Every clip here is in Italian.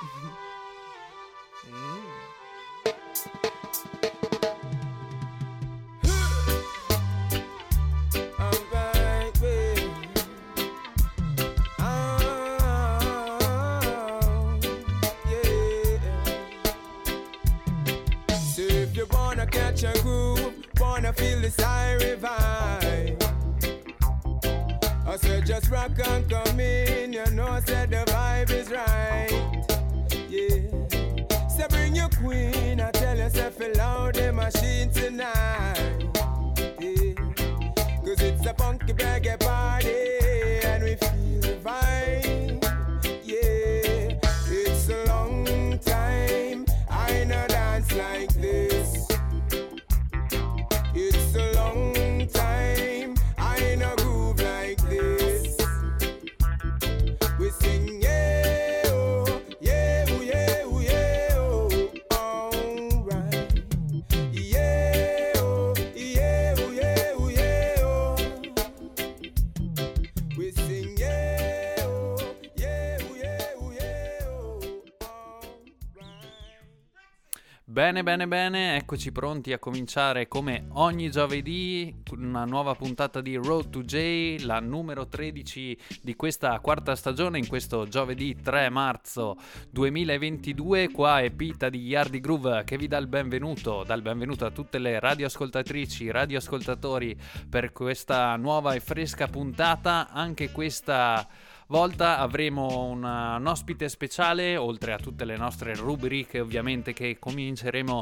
Catch a groove, wanna feel the siren vibe. I said just rock and come in, you know, said the vibe is right. Yeah, so bring your queen, I tell yourself loud the machine tonight. Yeah, cause it's a funky reggae party and we feel the vibe. Yeah, it's a long time I no dance like this. It's a long time I no groove like this. We sing yeah oh, yeah oh, yeah oh, yeah oh, alright. Yeah oh, yeah oh, yeah oh, yeah oh. We sing yeah oh, yeah oh, yeah oh, yeah oh, alright. Bene, bene, bene, eccoci pronti a cominciare come ogni giovedì una nuova puntata di Road to J, la numero 13 di questa quarta stagione, in questo giovedì 3 marzo 2022. Qua è Pita di Yardi Groove che vi dà il benvenuto a tutte le radioascoltatrici, radioascoltatori per questa nuova e fresca puntata. Anche questa volta avremo un ospite speciale, oltre a tutte le nostre rubriche ovviamente che cominceremo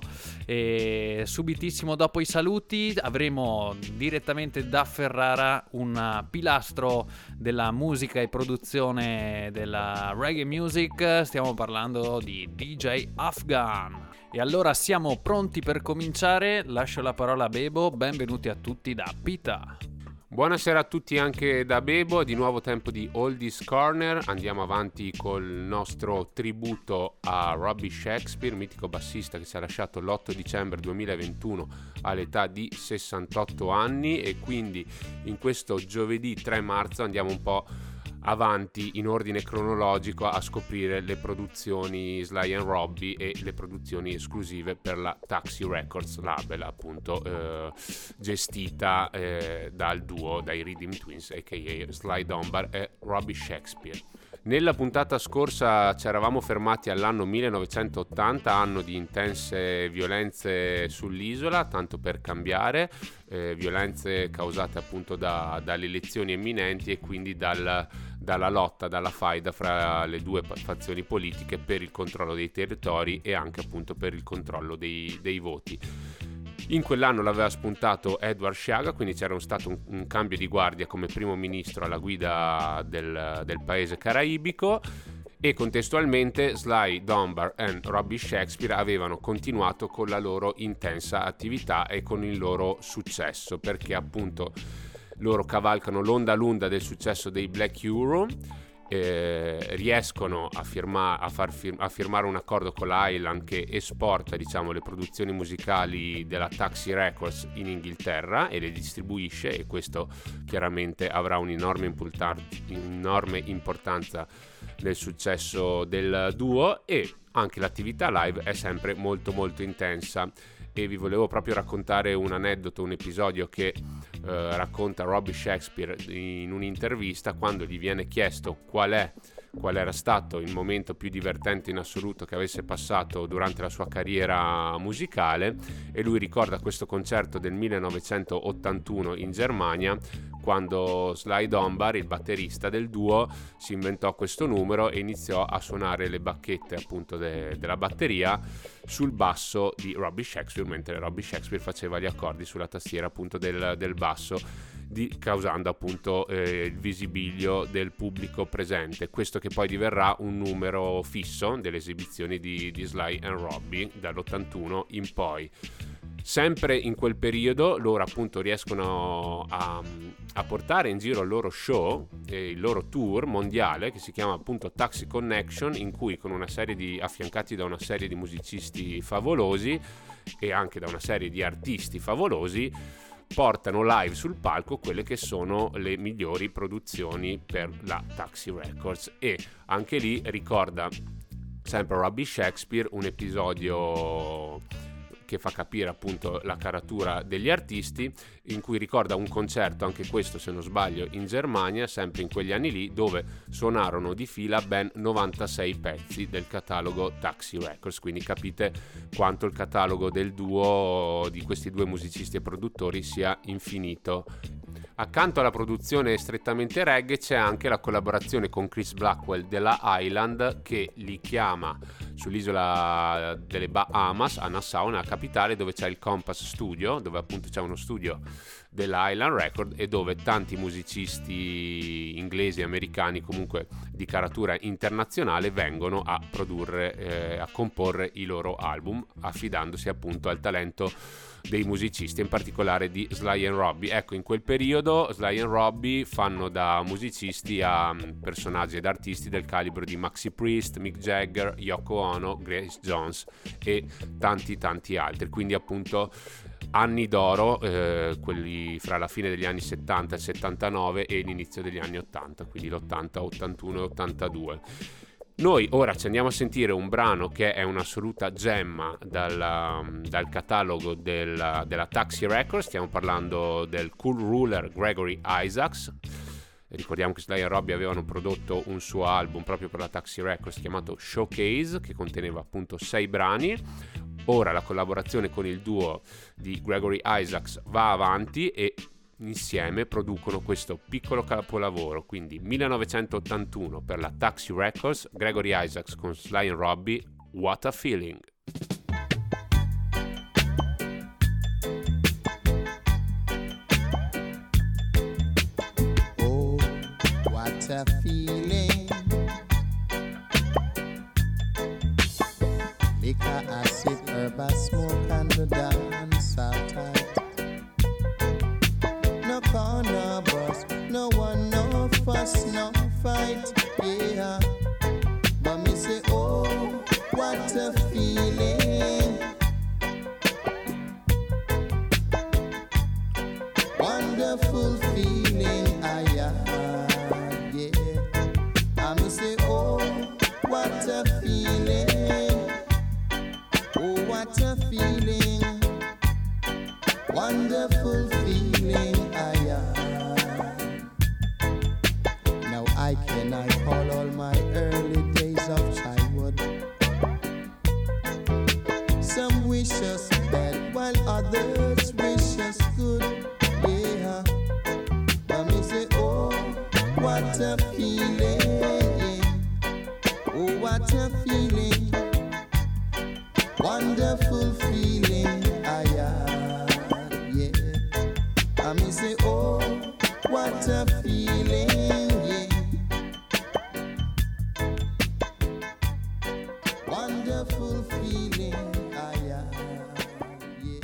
subitissimo dopo i saluti. Avremo direttamente da Ferrara un pilastro della musica e produzione della reggae music, stiamo parlando di DJ Afghan. E allora siamo pronti per cominciare, lascio la parola a Bebo, benvenuti a tutti da Pita. Buonasera a tutti anche da Bebo, di nuovo tempo di Oldies Corner. Andiamo avanti col nostro tributo a Robbie Shakespeare, mitico bassista che ci ha lasciato l'8 dicembre 2021 all'età di 68 anni, e quindi in questo giovedì 3 marzo andiamo un po' avanti in ordine cronologico a scoprire le produzioni Sly and Robbie e le produzioni esclusive per la Taxi Records label, appunto gestita dal duo, dai Rhythm Twins, a.k.a. Sly Dunbar e Robbie Shakespeare. Nella puntata scorsa ci eravamo fermati all'anno 1980, anno di intense violenze sull'isola, tanto per cambiare, violenze causate appunto dalle elezioni imminenti e quindi dalla lotta, dalla faida fra le due fazioni politiche per il controllo dei territori e anche appunto per il controllo dei voti. In quell'anno l'aveva spuntato Edward Sciaga, quindi c'era stato un cambio di guardia come primo ministro alla guida del paese caraibico, e contestualmente Sly Dunbar e Robbie Shakespeare avevano continuato con la loro intensa attività e con il loro successo, perché appunto loro cavalcano l'onda lunga del successo dei Black Euro, riescono a firmare un accordo con la Island che esporta, diciamo, le produzioni musicali della Taxi Records in Inghilterra e le distribuisce, e questo chiaramente avrà un'enorme importanza nel successo del duo. E anche l'attività live è sempre molto molto intensa, e vi volevo proprio raccontare un aneddoto, un episodio che racconta Robbie Shakespeare in un'intervista, quando gli viene chiesto qual era stato il momento più divertente in assoluto che avesse passato durante la sua carriera musicale, e lui ricorda questo concerto del 1981 in Germania, quando Sly Dunbar, il batterista del duo, si inventò questo numero e iniziò a suonare le bacchette appunto della batteria sul basso di Robbie Shakespeare, mentre Robbie Shakespeare faceva gli accordi sulla tastiera appunto del basso, causando appunto il visibilio del pubblico presente. Questo che poi diverrà un numero fisso delle esibizioni di Sly and Robbie dall'81 in poi. Sempre in quel periodo loro appunto riescono a portare in giro il loro show, il loro tour mondiale che si chiama appunto Taxi Connection, in cui affiancati da una serie di musicisti favolosi e anche da una serie di artisti favolosi, portano live sul palco quelle che sono le migliori produzioni per la Taxi Records. E anche lì ricorda sempre Robbie Shakespeare, un episodio che fa capire appunto la caratura degli artisti, in cui ricorda un concerto, anche questo se non sbaglio in Germania, sempre in quegli anni lì, dove suonarono di fila ben 96 pezzi del catalogo Taxi Records, quindi capite quanto il catalogo del duo, di questi due musicisti e produttori, sia infinito. Accanto alla produzione strettamente reggae c'è anche la collaborazione con Chris Blackwell della Island, che li chiama sull'isola delle Bahamas, a Nassau, nella capitale, dove c'è il Compass Studio, dove appunto c'è uno studio della Island Record e dove tanti musicisti inglesi e americani, comunque di caratura internazionale, vengono a produrre, a comporre i loro album, affidandosi appunto al talento dei musicisti, in particolare di Sly and Robbie. Ecco, in quel periodo Sly and Robbie fanno da musicisti a personaggi ed artisti del calibro di Maxi Priest, Mick Jagger, Yoko Ono, Grace Jones e tanti altri, quindi appunto anni d'oro, quelli fra la fine degli anni 70 e 79 e l'inizio degli anni 80, quindi l'80, 81 e 82. Noi ora ci andiamo a sentire un brano che è un'assoluta gemma dal catalogo della Taxi Records. Stiamo parlando del Cool Ruler Gregory Isaacs. Ricordiamo che Sly and Robbie avevano prodotto un suo album proprio per la Taxi Records chiamato Showcase, che conteneva appunto 6 brani. Ora la collaborazione con il duo di Gregory Isaacs va avanti e insieme producono questo piccolo capolavoro, quindi 1981 per la Taxi Records, Gregory Isaacs con Sly and Robbie, What a Feeling. Oh, what a feeling. Liquor, acid, herb, a smoke and the dance are tight. No corner bus, no one, no fuss, no fight, yeah. But me say, oh, what a feeling. Wonderful feeling, I had, yeah. And me say, oh, what a feeling. Oh, what a feeling. Wonderful feeling I am. Now I call all my early days of childhood. Some wish us bad while others wish us good. Yeah. But me say, oh, what a feeling. Oh, what a feeling. Wonderful feeling I am. I me say, oh, what a feeling, yeah. Wonderful feeling, I am, yeah.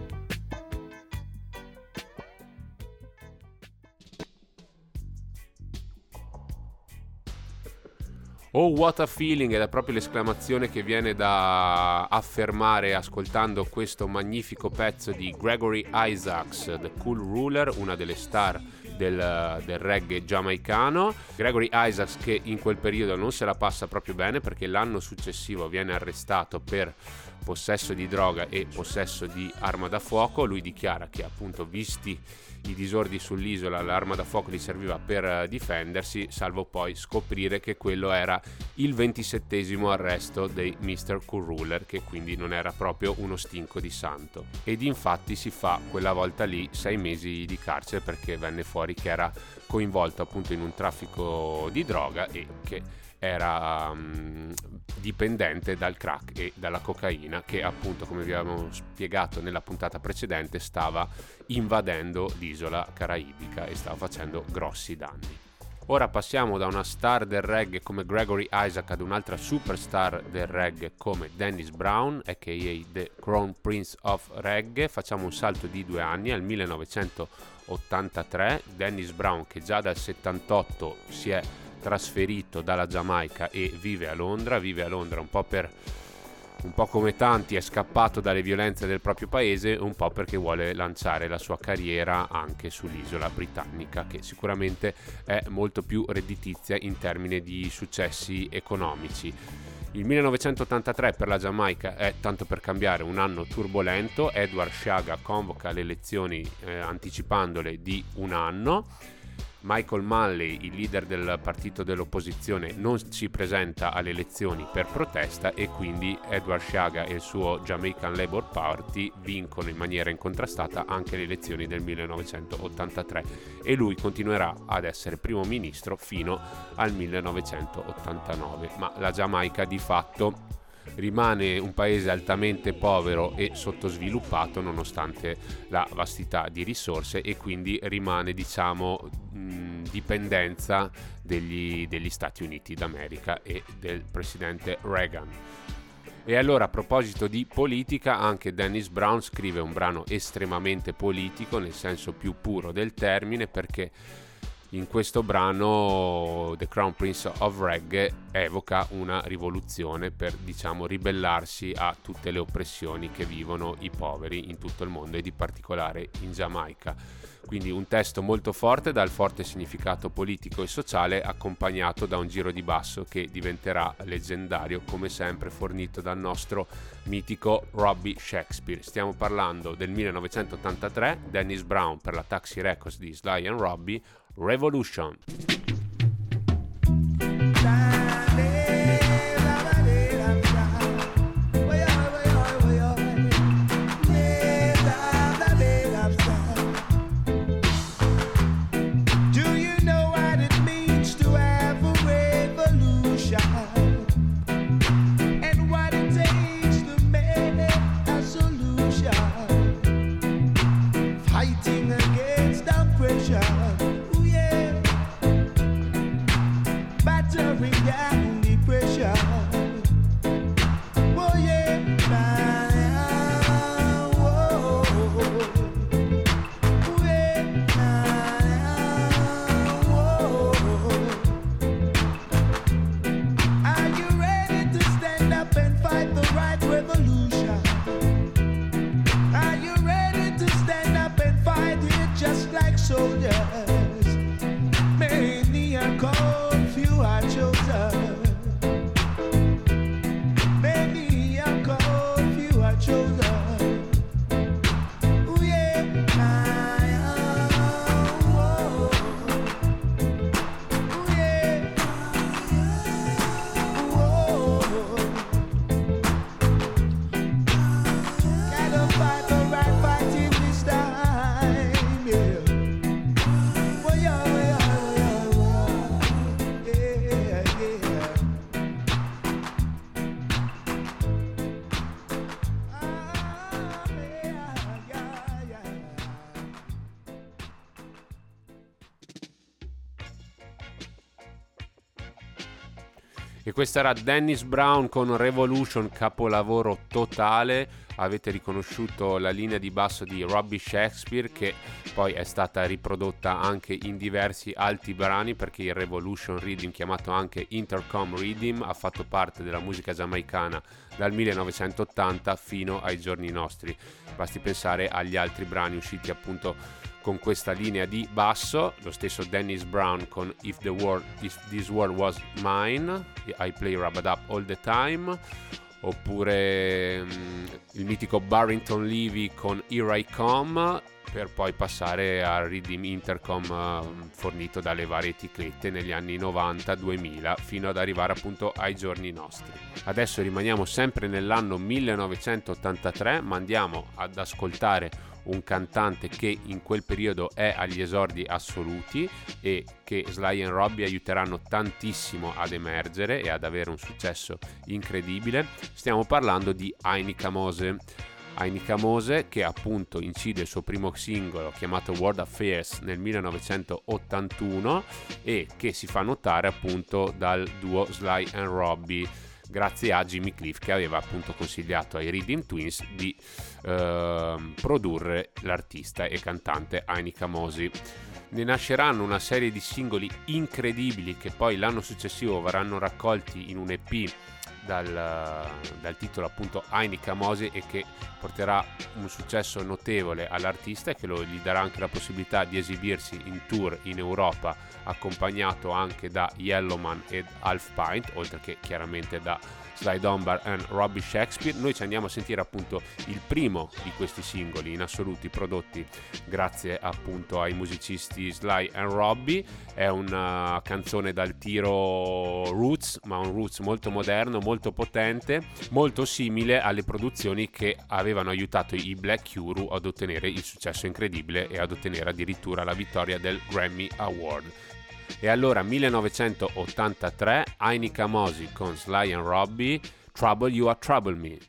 Oh, what a feeling, ed è proprio l'esclamazione che viene da affermare ascoltando questo magnifico pezzo di Gregory Isaacs, The Cool Ruler, una delle star del reggae giamaicano. Gregory Isaacs, che in quel periodo non se la passa proprio bene, perché l'anno successivo viene arrestato per possesso di droga e possesso di arma da fuoco. Lui dichiara che appunto, visti i disordini sull'isola, l'arma da fuoco gli serviva per difendersi, salvo poi scoprire che quello era il 27esimo arresto dei Mr. Cool Ruler, che quindi non era proprio uno stinco di santo. Ed infatti si fa quella volta lì 6 mesi di carcere, perché venne fuori che era coinvolto appunto in un traffico di droga e che era dipendente dal crack e dalla cocaina, che appunto, come vi avevamo spiegato nella puntata precedente, stava invadendo l'isola caraibica e stava facendo grossi danni. Ora passiamo da una star del reggae come Gregory Isaac ad un'altra superstar del reggae come Dennis Brown, a.k.a. The Crown Prince of Reggae. Facciamo un salto di 2 anni al 1983. Dennis Brown, che già dal 78 si è trasferito dalla Giamaica e vive a Londra un po' come tanti, è scappato dalle violenze del proprio paese, un po' perché vuole lanciare la sua carriera anche sull'isola britannica, che sicuramente è molto più redditizia in termini di successi economici. Il 1983 per la Giamaica è, tanto per cambiare, un anno turbolento. Edward Sciaga convoca le elezioni anticipandole di un anno. Michael Manley, il leader del partito dell'opposizione, non si presenta alle elezioni per protesta e quindi Edward Sciaga e il suo Jamaican Labour Party vincono in maniera incontrastata anche le elezioni del 1983 e lui continuerà ad essere primo ministro fino al 1989, ma la Giamaica di fatto rimane un paese altamente povero e sottosviluppato nonostante la vastità di risorse e quindi rimane, diciamo, dipendenza degli Stati Uniti d'America e del presidente Reagan. E allora, a proposito di politica, anche Dennis Brown scrive un brano estremamente politico nel senso più puro del termine, perché in questo brano The Crown Prince of Reggae evoca una rivoluzione per, diciamo, ribellarsi a tutte le oppressioni che vivono i poveri in tutto il mondo e di particolare in Giamaica. Quindi un testo molto forte dal forte significato politico e sociale, accompagnato da un giro di basso che diventerà leggendario, come sempre fornito dal nostro mitico Robbie Shakespeare. Stiamo parlando del 1983, Dennis Brown per la Taxi Records di Sly and Robbie, Revolution. E questa era Dennis Brown con Revolution, capolavoro totale. Avete riconosciuto la linea di basso di Robbie Shakespeare, che poi è stata riprodotta anche in diversi altri brani, perché il Revolution Rhythm, chiamato anche Intercom Rhythm, ha fatto parte della musica giamaicana dal 1980 fino ai giorni nostri. Basti pensare agli altri brani usciti appunto con questa linea di basso, lo stesso Dennis Brown con If This World Was Mine, I Play Rub-a-Dub All the Time, oppure il mitico Barrington Levy con Here I Come, per poi passare al Rhythm Intercom fornito dalle varie etichette negli anni 90-2000 fino ad arrivare appunto ai giorni nostri. Adesso rimaniamo sempre nell'anno 1983, ma andiamo ad ascoltare un cantante che in quel periodo è agli esordi assoluti e che Sly and Robbie aiuteranno tantissimo ad emergere e ad avere un successo incredibile. Stiamo parlando di Ainika Mose. Ainika Mose, che appunto incide il suo primo singolo chiamato World Affairs nel 1981 e che si fa notare appunto dal duo Sly and Robbie, grazie a Jimmy Cliff, che aveva appunto consigliato ai Rhythm Twins di produrre l'artista e cantante Ainika Mose. Ne nasceranno una serie di singoli incredibili che poi l'anno successivo verranno raccolti in un EP dal titolo appunto Aini Kamoze, e che porterà un successo notevole all'artista e che gli darà anche la possibilità di esibirsi in tour in Europa, accompagnato anche da Yellowman ed Half Pint, oltre che chiaramente da Sly Dunbar e Robbie Shakespeare. Noi ci andiamo a sentire appunto il primo di questi singoli in assoluti prodotti grazie appunto ai musicisti Sly e Robbie. È una canzone dal tiro roots, ma un roots molto moderno, molto potente, molto simile alle produzioni che avevano aiutato i Black Uhuru ad ottenere il successo incredibile e ad ottenere addirittura la vittoria del Grammy Award. E allora 1983, Aini Kamoze con Sly and Robbie, Trouble You Are Trouble Me.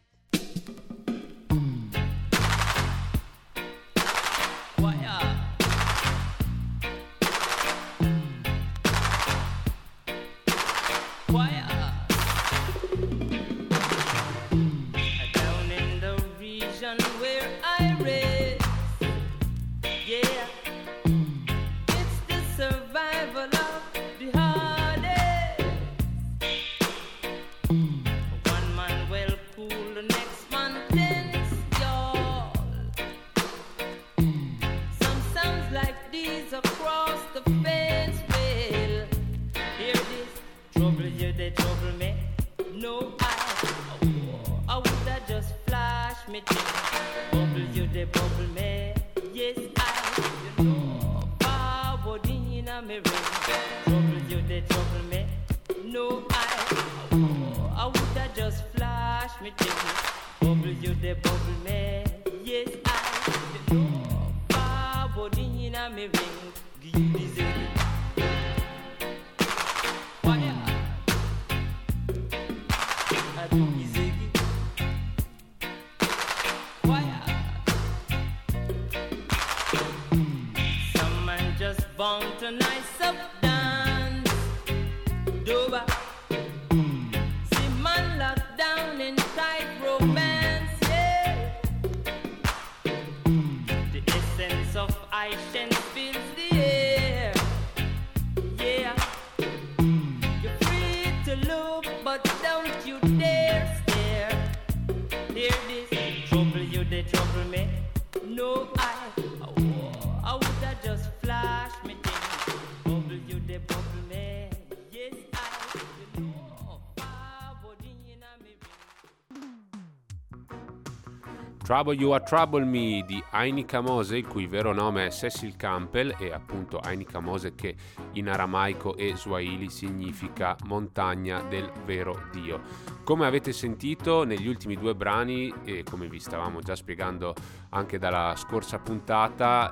Trouble You Are Trouble Me di Aini Kamoze, il cui vero nome è Cecil Campbell, e appunto Aini Kamoze, che in aramaico e swahili significa montagna del vero Dio. Come avete sentito negli ultimi due brani, e come vi stavamo già spiegando anche dalla scorsa puntata,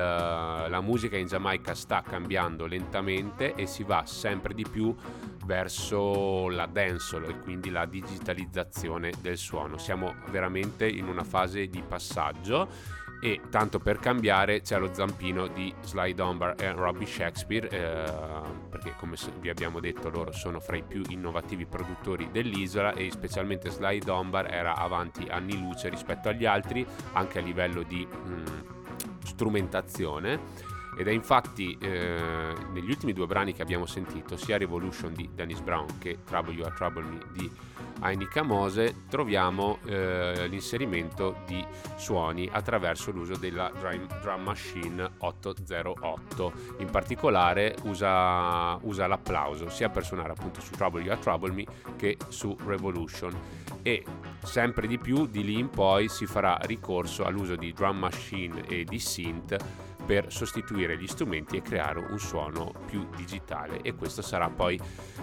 la musica in Giamaica sta cambiando lentamente e si va sempre di più verso la dancehall e quindi la digitalizzazione del suono. Siamo veramente in una fase di passaggio e tanto per cambiare c'è lo zampino di Sly Dunbar e Robbie Shakespeare, perché come vi abbiamo detto loro sono fra i più innovativi produttori dell'isola e specialmente Sly Dunbar era avanti anni luce rispetto agli altri anche a livello di strumentazione. Ed è infatti negli ultimi due brani che abbiamo sentito, sia Revolution di Dennis Brown che Trouble You Are Trouble Me di Aini Kamoze, troviamo l'inserimento di suoni attraverso l'uso della Drum Machine 808. In particolare usa l'applauso sia per suonare appunto su Trouble You Are Trouble Me che su Revolution, e sempre di più di lì in poi si farà ricorso all'uso di drum machine e di synth per sostituire gli strumenti e creare un suono più digitale, e questo sarà poi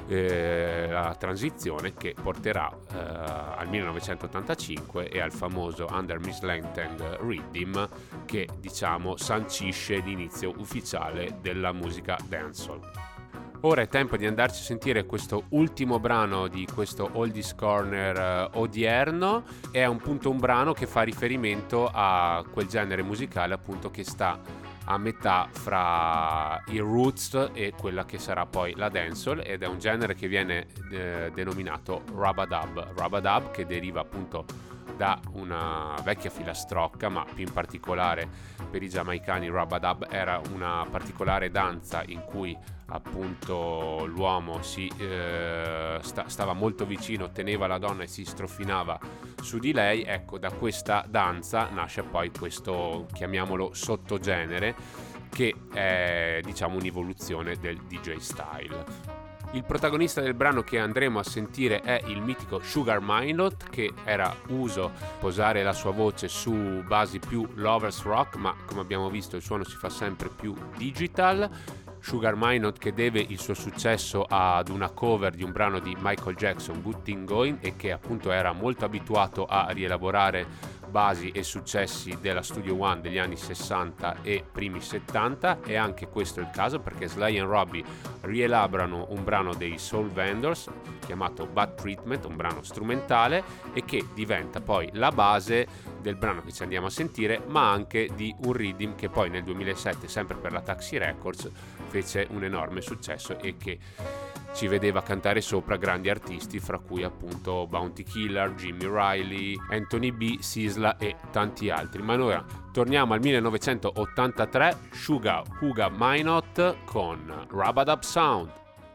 la transizione che porterà al 1985 e al famoso Under Miss Langtang Rhythm, che diciamo sancisce l'inizio ufficiale della musica dancehall. Ora è tempo di andarci a sentire questo ultimo brano di questo Oldies Corner odierno. È un brano che fa riferimento a quel genere musicale appunto che sta a metà fra il roots e quella che sarà poi la dancehall, ed è un genere che viene denominato Rub-a-Dub, che deriva appunto da una vecchia filastrocca, ma più in particolare per i giamaicani Rub-a-Dub era una particolare danza in cui appunto l'uomo stava molto vicino, teneva la donna e si strofinava su di lei. Ecco, da questa danza nasce poi questo, chiamiamolo, sottogenere, che è, diciamo, un'evoluzione del DJ style. Il protagonista del brano che andremo a sentire è il mitico Sugar Minott, che era uso posare la sua voce su basi più lovers rock, ma come abbiamo visto il suono si fa sempre più digital. Sugar Minott che deve il suo successo ad una cover di un brano di Michael Jackson, Good Thing Going, e che appunto era molto abituato a rielaborare basi e successi della Studio One degli anni 60 e primi 70, e anche questo è il caso perché Sly and Robbie rielaborano un brano dei Soul Vendors chiamato Bad Treatment, un brano strumentale, e che diventa poi la base del brano che ci andiamo a sentire, ma anche di un rhythm che poi nel 2007, sempre per la Taxi Records, fece un enorme successo e che ci vedeva cantare sopra grandi artisti, fra cui appunto Bounty Killer, Jimmy Riley, Anthony B, Sisla e tanti altri. Ma ora torniamo al 1983, Sugar Minott con Rub-a-Dub Sound.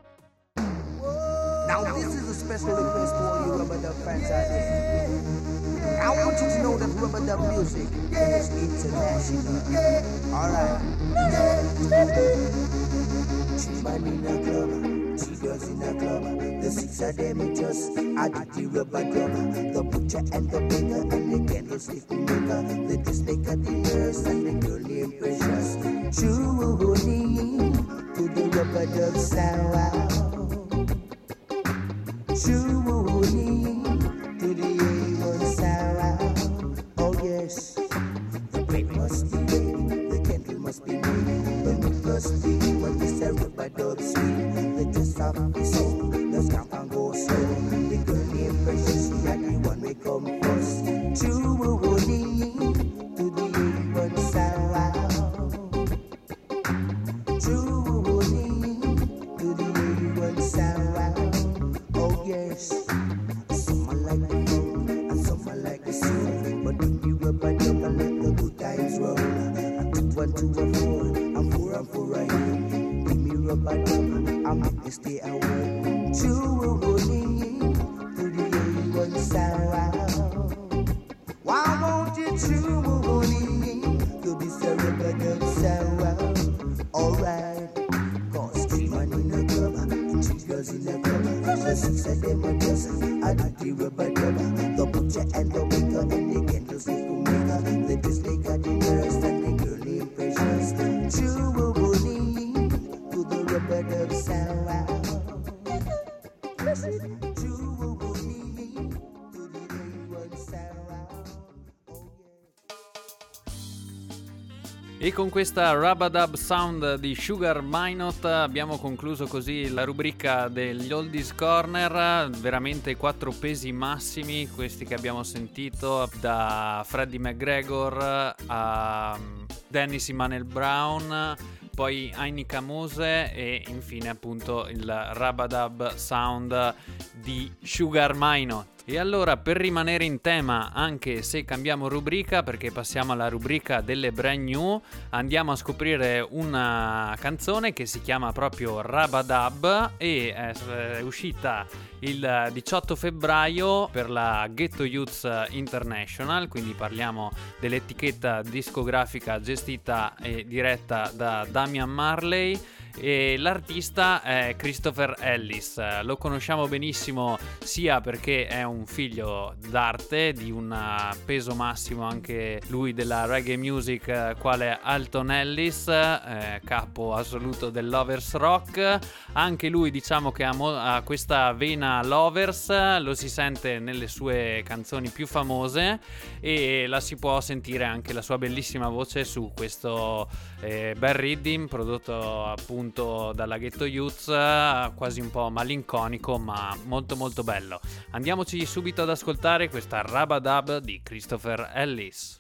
Now this is a special request to all you Rub-a-Dub fans out there. I want you to know that Rub-a-Dub music is international. Alright. Two man in a club, two girls in a club. The six of them just add the Rub-a-Dub. The butcher and the baker and the candlestick maker, the dressmaker, the nurse and the girl named Precious. Tuning to the Rub-a-Dub sound. Tuning to the A1 sound. Oh yes, the bread must be made, the candle must be made, the milk must be when this a Rub-a-Dub sweet. The dress of the soul, the scamp and go slow. The girl named Precious, she had the one we come first. Tuning to the A1 sound. Tuning to the A1 sound. Oh yes. Some like the funk and some like the soul, but when you Rub-a-Dub and let the good times roll, and 2 and 2 and 4 and 4 and 4 are here. Give me Rub-a-Dub, I make me stay away. Tuning to the A1 sound. Why won't you tune to this Rub-a-Dub sound? Alright, 'cause 3 man in a club and 3 girls in a club. The 6 of them are just a dirty Rub-a-Dub. The butcher and the baker and the candlestick maker, the dressmaker, the nurse and the girl named Precious. Tuning to the Rub-a-Dub sound. Tuning to the A1 sound. Oh yeah. E con questa Rub-a-Dub Sound di Sugar Minott abbiamo concluso così la rubrica degli Oldies Corner. Veramente 4 pesi massimi questi che abbiamo sentito, da Freddie McGregor a Dennis Emmanuel Brown, poi Heini Kamose e infine appunto il Rub-a-Dub Sound di Sugar Minott. E allora, per rimanere in tema, anche se cambiamo rubrica, perché passiamo alla rubrica delle brand new, andiamo a scoprire una canzone che si chiama proprio Rub-a-Dub e è uscita il 18 febbraio per la Ghetto Youths International, quindi parliamo dell'etichetta discografica gestita e diretta da Damian Marley. E l'artista è Christopher Ellis. Lo conosciamo benissimo sia perché è un figlio d'arte di un peso massimo anche lui della reggae music, quale Alton Ellis, capo assoluto del lovers rock. Anche lui, diciamo che ha questa vena lovers, lo si sente nelle sue canzoni più famose e la si può sentire anche la sua bellissima voce su questo bel rhythm prodotto appunto dalla Ghetto Youths, quasi un po' malinconico ma molto molto bello. Andiamoci subito ad ascoltare questa Rub-a-Dub di Christopher Ellis.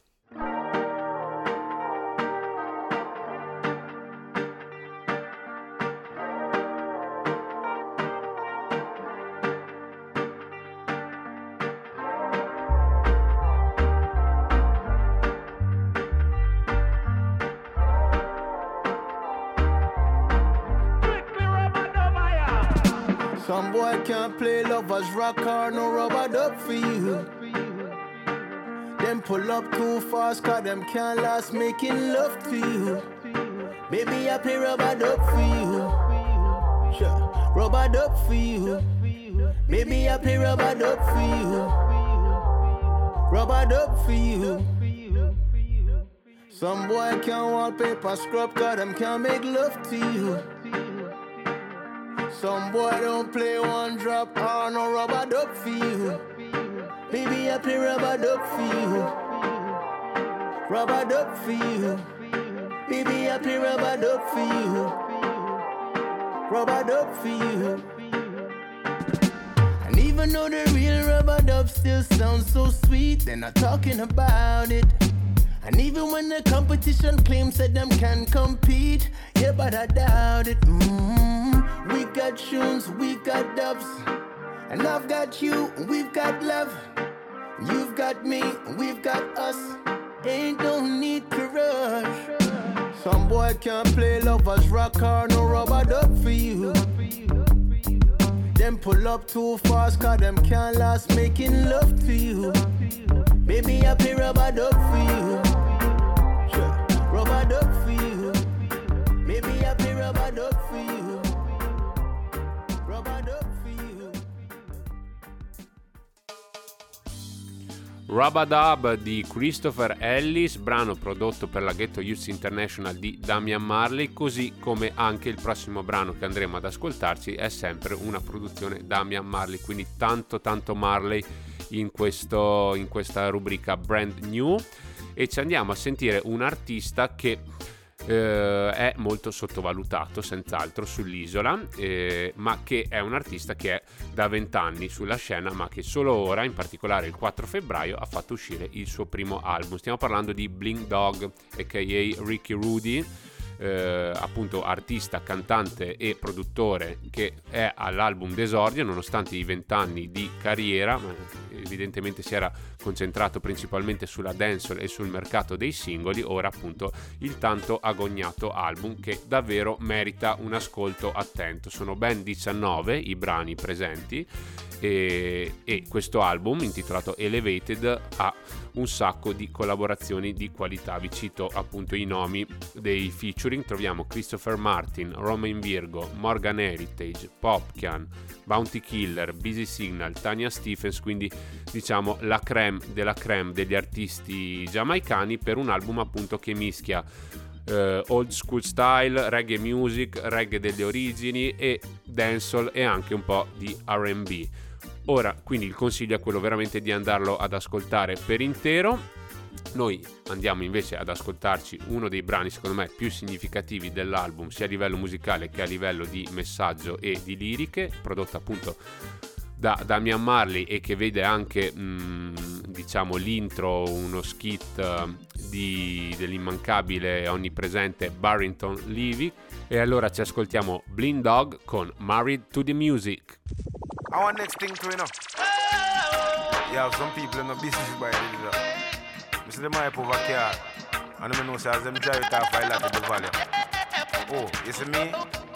Some boy can't play lovers rock or no rubber duck for you. Them pull up too fast cause them can't last making love to you. Baby, I play rubber duck for you. Sure. Rubber duck for you. Baby, I play rubber duck for you. Rubber duck for you. Some boy can't wallpaper scrub cause them can't make love to you. Some boy don't play one drop or no rubber duck for you. Baby, I play rubber duck for you. Rubber duck for you. Baby, I play rubber duck for you. Rubber duck for you. And even though the real rubber dub still sounds so sweet, they're not talking about it. And even when the competition claims that them can compete, yeah, but I doubt it. We've got tunes, we've got dubs, and I've got you, we've got love. You've got me, we've got us. Ain't no need to rush. Some boy can't play lovers rock or no rubber duck for you. Them pull up too fast cause them can't last making love to you. Baby, I play rubber duck for you. Sure. Rubber duck for you. Baby, I play rubber duck for you. Rubber duck for you. Rub-a-Dub di Christopher Ellis, brano prodotto per la Ghetto Youth International di Damian Marley, così come anche il prossimo brano che andremo ad ascoltarci è sempre una produzione Damian Marley, quindi tanto Marley in questa rubrica Brand New. E ci andiamo a sentire un artista che è molto sottovalutato senz'altro sull'isola, ma che è un artista che è da 20 anni sulla scena, ma che solo ora, in particolare il 4 febbraio, ha fatto uscire il suo primo album. Stiamo parlando di Bling Dog, aka Ricky Rudy, appunto artista, cantante e produttore che è all'album d'esordio nonostante i 20 anni di carriera, ma evidentemente si era concentrato principalmente sulla dancehall e sul mercato dei singoli. Ora appunto il tanto agognato album che davvero merita un ascolto attento. Sono ben 19 i brani presenti e questo album intitolato Elevated ha un sacco di collaborazioni di qualità. Vi cito appunto i nomi dei featuring: troviamo Christopher Martin, Romain Virgo, Morgan Heritage, Popcaan, Bounty Killer, Busy Signal, Tanya Stephens, quindi diciamo la crème della crème degli artisti giamaicani, per un album appunto che mischia old school style, reggae music, reggae delle origini e dancehall e anche un po' di R&B. Ora quindi il consiglio è quello veramente di andarlo ad ascoltare per intero. Noi andiamo invece ad ascoltarci uno dei brani secondo me più significativi dell'album, sia a livello musicale che a livello di messaggio e di liriche, prodotto appunto da Damian Marley e che vede anche diciamo l'intro, uno skit dell'immancabile onnipresente Barrington Levy. E allora ci ascoltiamo Bling Dog con Married to the Music. I want next thing to, you know. Yeah, some people in the business by it. I see them hype over car. And I know say as them drive it off a lot of the valley. Oh, you see me?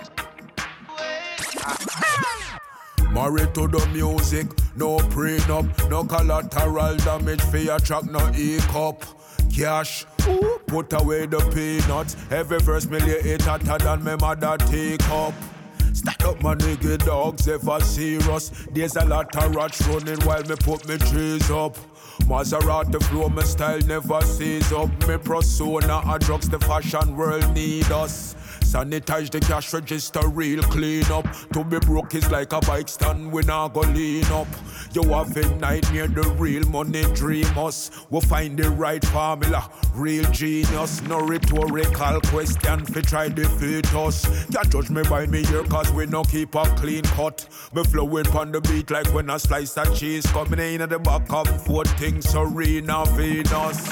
Married to the music, no prenup, no collateral damage for your track, no e-cup. Cash, put away the peanuts. Every verse me lay it hotter than me mother take up. Stand up my nigga dogs ever serious. There's a lot of rats running while me put me trees up. Maserati flow, my style never sees up. Me persona a drugs, the fashion world need us. Sanitize the cash register real clean up. To be broke is like a bike stand, we not go lean up. You have a nightmare, the real money dream us. We'll find the right formula, real genius. No rhetorical question fi try defeat us. Can't judge me by me here cause we no keep a clean cut. Me flowing pon the beat like when a slice of cheese coming in at the back of 4 things Serena Venus.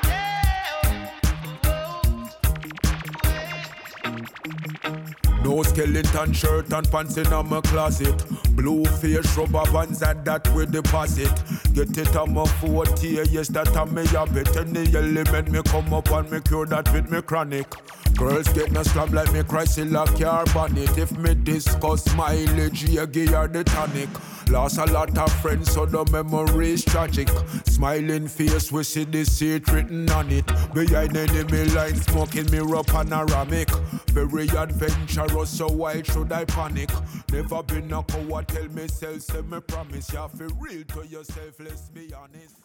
No skeleton shirt and pants in my closet. Blue face rubber bands that we deposit. Get it on my 40, yes, that I may have it. Any element me come up and me cure that with me chronic. Girls get no scrub like me Chrysler car bonnet. If me discuss mileage, yeah, give her the tonic. Lost a lot of friends, so the memory is tragic. Smiling face, we see the seat written on it. Behind enemy line, smoking mirror panoramic. Very adventurous, so why should I panic? Never been a coward, tell myself, say me promise. You feel real to yourself, let's be honest.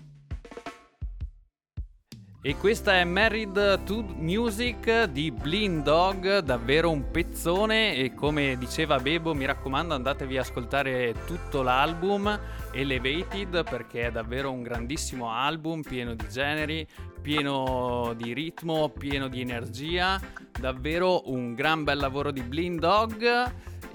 E questa è Married to Music di Blind Dog, davvero un pezzone. E come diceva Bebo, mi raccomando, andatevi a ascoltare tutto l'album Elevated, perché è davvero un grandissimo album, pieno di generi, pieno di ritmo, pieno di energia. Davvero un gran bel lavoro di Blind Dog.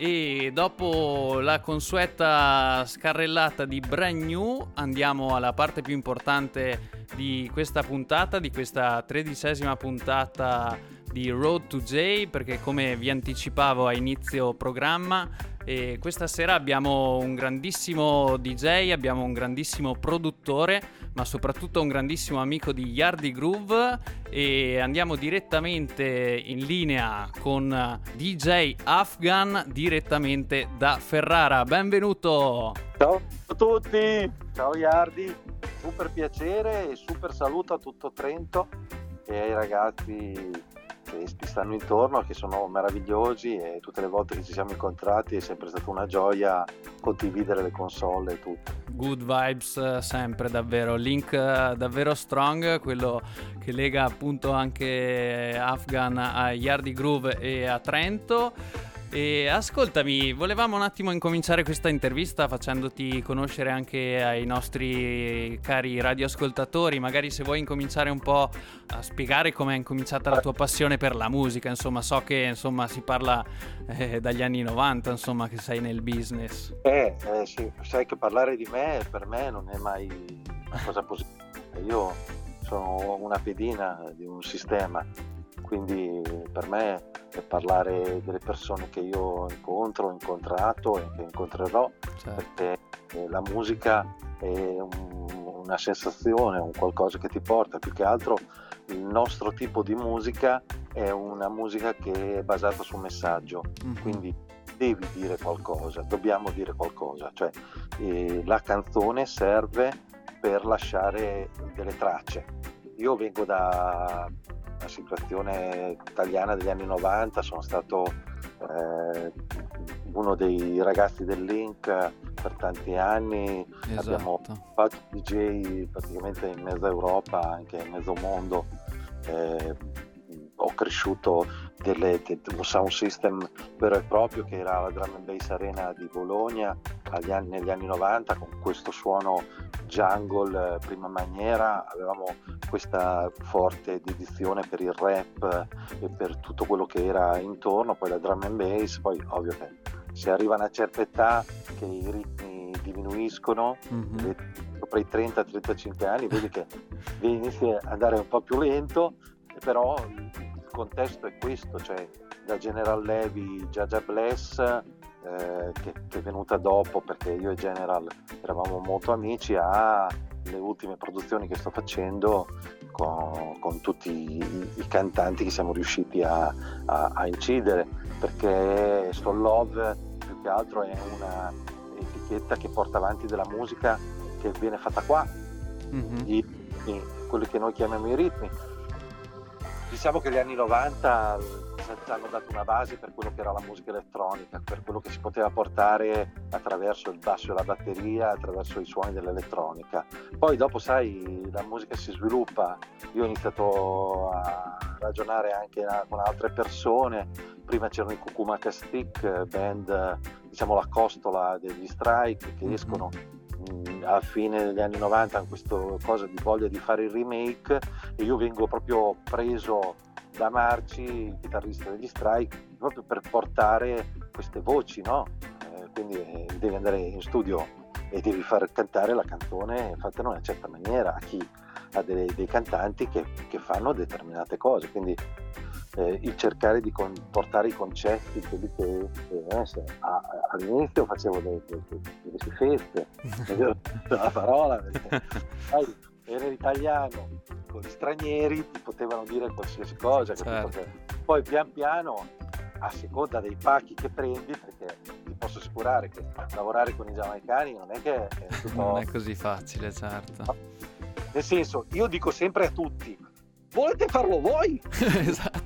E dopo la consueta scarrellata di Brand New andiamo alla parte più importante di questa puntata, di questa 13ª puntata di Road to J, perché come vi anticipavo a inizio programma, questa sera abbiamo un grandissimo DJ, abbiamo un grandissimo produttore, ma soprattutto un grandissimo amico di Yardi Groove, e andiamo direttamente in linea con DJ Afghan direttamente da Ferrara. Benvenuto! Ciao a tutti, ciao Yardi, super piacere e super saluto a tutto Trento e ai ragazzi che ti stanno intorno, che sono meravigliosi, e tutte le volte che ci siamo incontrati è sempre stata una gioia condividere le console e tutto. Good vibes sempre, davvero, link davvero strong, quello che lega appunto anche Afghan a Yardi Groove e a Trento. E ascoltami, volevamo un attimo incominciare questa intervista facendoti conoscere anche ai nostri cari radioascoltatori, magari se vuoi incominciare un po' a spiegare come è incominciata la tua passione per la musica. Insomma, so che insomma si parla dagli anni 90, insomma, che sei nel business. Sì, sai che parlare di me per me non è mai una cosa positiva. Io sono una pedina di un sistema, quindi per me è parlare delle persone che io incontro, ho incontrato e che incontrerò, certo. Perché la musica è una sensazione, un qualcosa che ti porta. Più che altro il nostro tipo di musica è una musica che è basata sul messaggio, quindi devi dire qualcosa, dobbiamo dire qualcosa, cioè la canzone serve per lasciare delle tracce. Io vengo da una situazione italiana degli anni 90, sono stato uno dei ragazzi del Link per tanti anni, esatto. Abbiamo fatto DJ praticamente in mezza Europa, anche in mezzo mondo. Ho cresciuto un sound system vero e proprio che era la Drum and Bass Arena di Bologna negli anni 90, con questo suono jungle prima maniera. Avevamo questa forte dedizione per il rap e per tutto quello che era intorno, poi la drum and bass. Poi ovvio che se arriva a una certa età che i ritmi diminuiscono, sopra i 30-35 anni vedi che inizia ad andare un po' più lento, però il contesto è questo, cioè da General Levy, Jaja Bless, che è venuta dopo perché io e General eravamo molto amici, a le ultime produzioni che sto facendo con tutti i cantanti che siamo riusciti a incidere, perché Soul Love più che altro è una etichetta che porta avanti della musica che viene fatta qua, quelli che noi chiamiamo i ritmi. Diciamo che gli anni 90 ci hanno dato una base per quello che era la musica elettronica, per quello che si poteva portare attraverso il basso e la batteria, attraverso i suoni dell'elettronica. Poi dopo, sai, la musica si sviluppa. Io ho iniziato a ragionare anche con altre persone. Prima c'erano i Cucumaca Stick, band, diciamo la costola degli Strike, che escono alla fine degli anni 90 con questa cosa di voglia di fare il remake, e io vengo proprio preso da Marci, il chitarrista degli Strike, proprio per portare queste voci, no? Quindi devi andare in studio e devi far cantare la canzone fatta in una certa maniera a chi ha dei cantanti che fanno determinate cose. Quindi il cercare di portare i concetti, quelli che all'inizio facevo delle schifezze, la parola, perché era italiano, con gli stranieri ti potevano dire qualsiasi cosa, certo. Poi pian piano, a seconda dei pacchi che prendi, perché ti posso assicurare che lavorare con i giamaicani non è che è tutto... non è così facile, certo. Nel senso, io dico sempre a tutti, volete farlo voi? Esatto.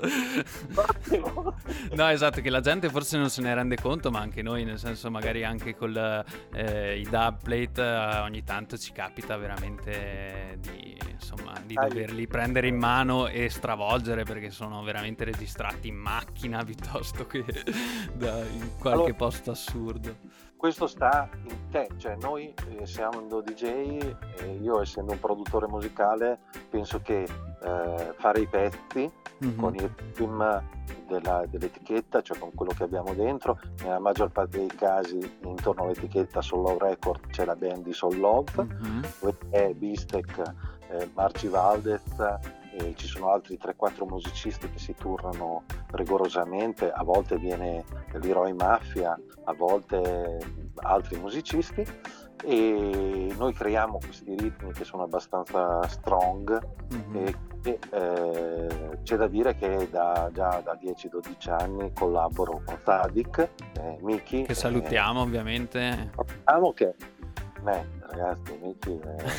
No, esatto, che la gente forse non se ne rende conto, ma anche noi, nel senso, magari anche con i dubplate ogni tanto ci capita veramente di doverli prendere in mano e stravolgere, perché sono veramente registrati in macchina piuttosto che in qualche posto assurdo. Questo sta in te, cioè noi siamo DJ e io, essendo un produttore musicale, penso che fare i pezzi con il ritmo dell'etichetta, cioè con quello che abbiamo dentro, nella maggior parte dei casi intorno all'etichetta Soul Love Record c'è la band di Soul Love, è Bistek, Marci Valdez, e ci sono altri 3-4 musicisti che si turnano rigorosamente, a volte viene Leroy Mafia, a volte altri musicisti, e noi creiamo questi ritmi che sono abbastanza strong e c'è da dire che già da 10-12 anni collaboro con Sadik, Miki, che salutiamo ovviamente. Salutiamo, che ragazzi, Miki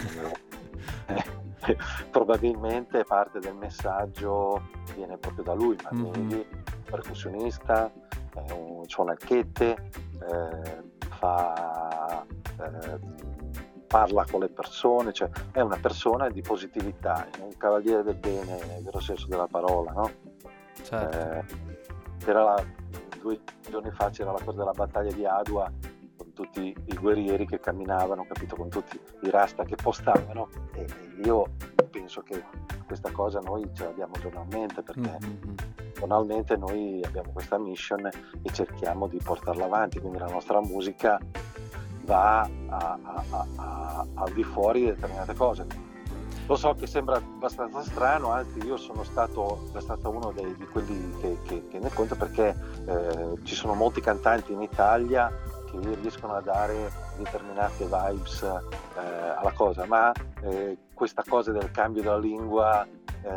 probabilmente parte del messaggio viene proprio da lui, ma quindi percussionista, suona il chette, parla con le persone, cioè è una persona di positività, è un cavaliere del bene nel vero senso della parola, no? Certo. 2 giorni fa c'era la cosa della battaglia di Adua, con tutti i guerrieri che camminavano, capito, con tutti i rasta che postavano, e io penso che questa cosa noi ce l'abbiamo giornalmente, perché giornalmente noi abbiamo questa mission e cerchiamo di portarla avanti, quindi la nostra musica va al di fuori di determinate cose. Lo so che sembra abbastanza strano, anzi io sono stato uno di quelli che ne conta, perché ci sono molti cantanti in Italia che riescono a dare determinate vibes alla cosa, ma questa cosa del cambio della lingua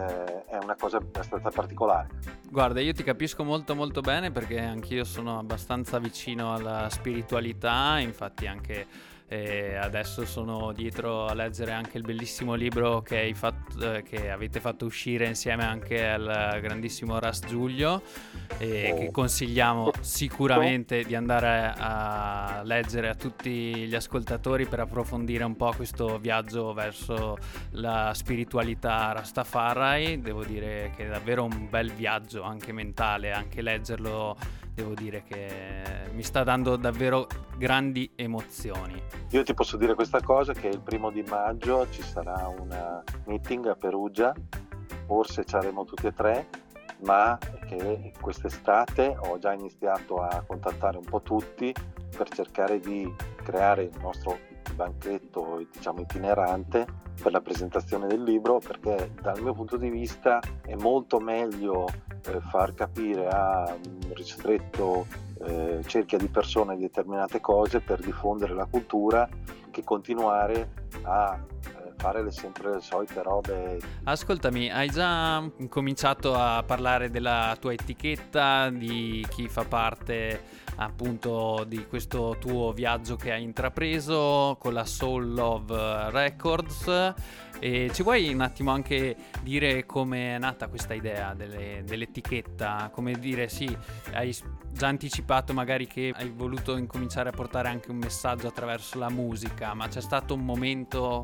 è una cosa abbastanza particolare. Guarda, io ti capisco molto molto bene, perché anch'io sono abbastanza vicino alla spiritualità, infatti anche adesso sono dietro a leggere anche il bellissimo libro che avete fatto uscire insieme anche al grandissimo Ras Giulio, che consigliamo sicuramente di andare a leggere a tutti gli ascoltatori per approfondire un po' questo viaggio verso la spiritualità Rastafari. Devo dire che è davvero un bel viaggio anche mentale, anche leggerlo devo dire che mi sta dando davvero grandi emozioni. Io ti posso dire questa cosa, che il 1 maggio ci sarà una meeting a Perugia, forse saremo tutti e 3, ma che quest'estate ho già iniziato a contattare un po' tutti per cercare di creare il nostro banchetto, diciamo, itinerante per la presentazione del libro, perché dal mio punto di vista è molto meglio far capire a un ristretto cerchia di persone determinate cose per diffondere la cultura, che continuare a fare sempre le solite robe. Ascoltami, hai già cominciato a parlare della tua etichetta, di chi fa parte appunto di questo tuo viaggio che hai intrapreso con la Soul Love Records, e ci vuoi un attimo anche dire come è nata questa idea dell'etichetta? Come dire, sì, hai già anticipato magari che hai voluto incominciare a portare anche un messaggio attraverso la musica, ma c'è stato un momento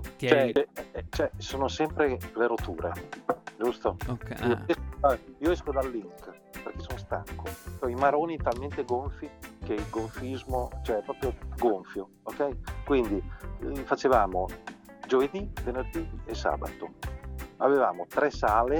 sono sempre le rotture, giusto? Okay. Io esco dal link perché sono stanco, ho i maroni talmente gonfi che il gonfismo, cioè è proprio gonfio, ok? Quindi facevamo giovedì, venerdì e sabato, avevamo 3 sale,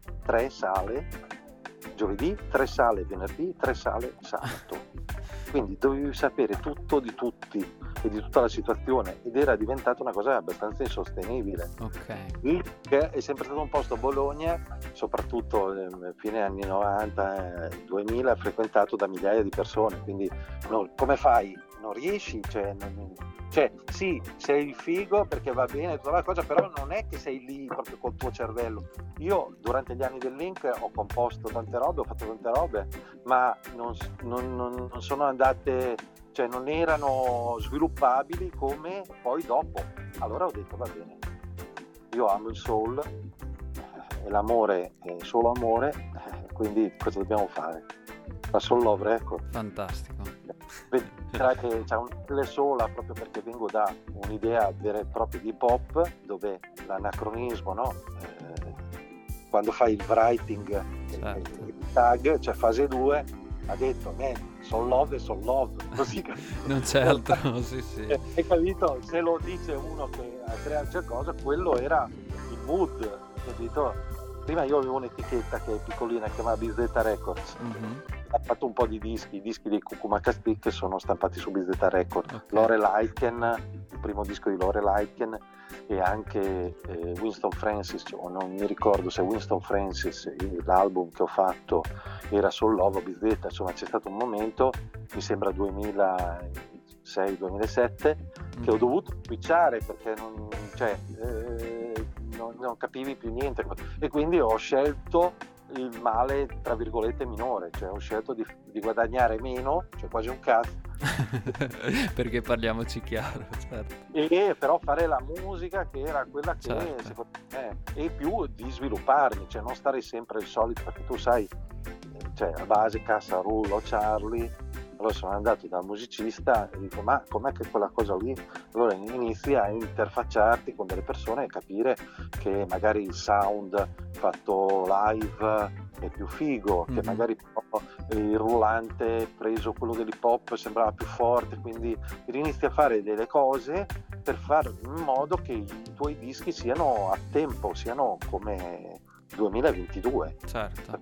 giovedì, 3 sale venerdì, 3 sale sabato, quindi dovevi sapere tutto di tutti, e di tutta la situazione, ed era diventata una cosa abbastanza insostenibile. Che è sempre stato un posto, Bologna, soprattutto fine anni 90, 2000, frequentato da migliaia di persone, quindi come fai? Non riesci, cioè sì, sei il figo perché va bene tutta la cosa, però non è che sei lì proprio col tuo cervello. Io durante gli anni del Link ho composto tante robe, ho fatto tante robe, ma non sono andate, cioè non erano sviluppabili come poi dopo. Allora ho detto va bene, io amo il soul e l'amore è solo amore, quindi cosa dobbiamo fare? La Soul Love Record. Fantastico. Vedrai che c'è un stile sola, proprio perché vengo da un'idea vera e propria di pop, dove l'anacronismo, no? Quando fai il writing, il tag, cioè fase 2, ha detto Soul Love e Soul Love, così non c'è altro. Sì. Hai capito? Se lo dice uno che crea qualcosa, quello era il mood, capito? Prima io avevo un'etichetta che è piccolina, che si chiama Bizdetta Records. Ha fatto un po' di dischi, i dischi dei Cucumaca Stick sono stampati su Bizdetta Records. Lore Lytken, il primo disco di Lore Lytken, e anche Winston Francis, non mi ricordo se Winston Francis, l'album che ho fatto era Soul Love o Bizdetta, insomma c'è stato un momento, mi sembra 2006-2007, che ho dovuto switchare perché non capivi più niente, e quindi ho scelto il male tra virgolette minore, cioè ho scelto di guadagnare meno, cioè quasi un cazzo perché parliamoci chiaro, certo. E però fare la musica che era quella che secondo me, e più di svilupparmi, cioè non stare sempre il solito, perché tu sai, cioè a base cassa, rullo, Charlie. Allora sono andato dal musicista e dico ma com'è che quella cosa lì? Allora inizi a interfacciarti con delle persone e capire che magari il sound fatto live è più figo, che magari il rullante preso quello dell'hip hop sembrava più forte, quindi inizi a fare delle cose per fare in modo che i tuoi dischi siano a tempo, siano come 2022. Certo.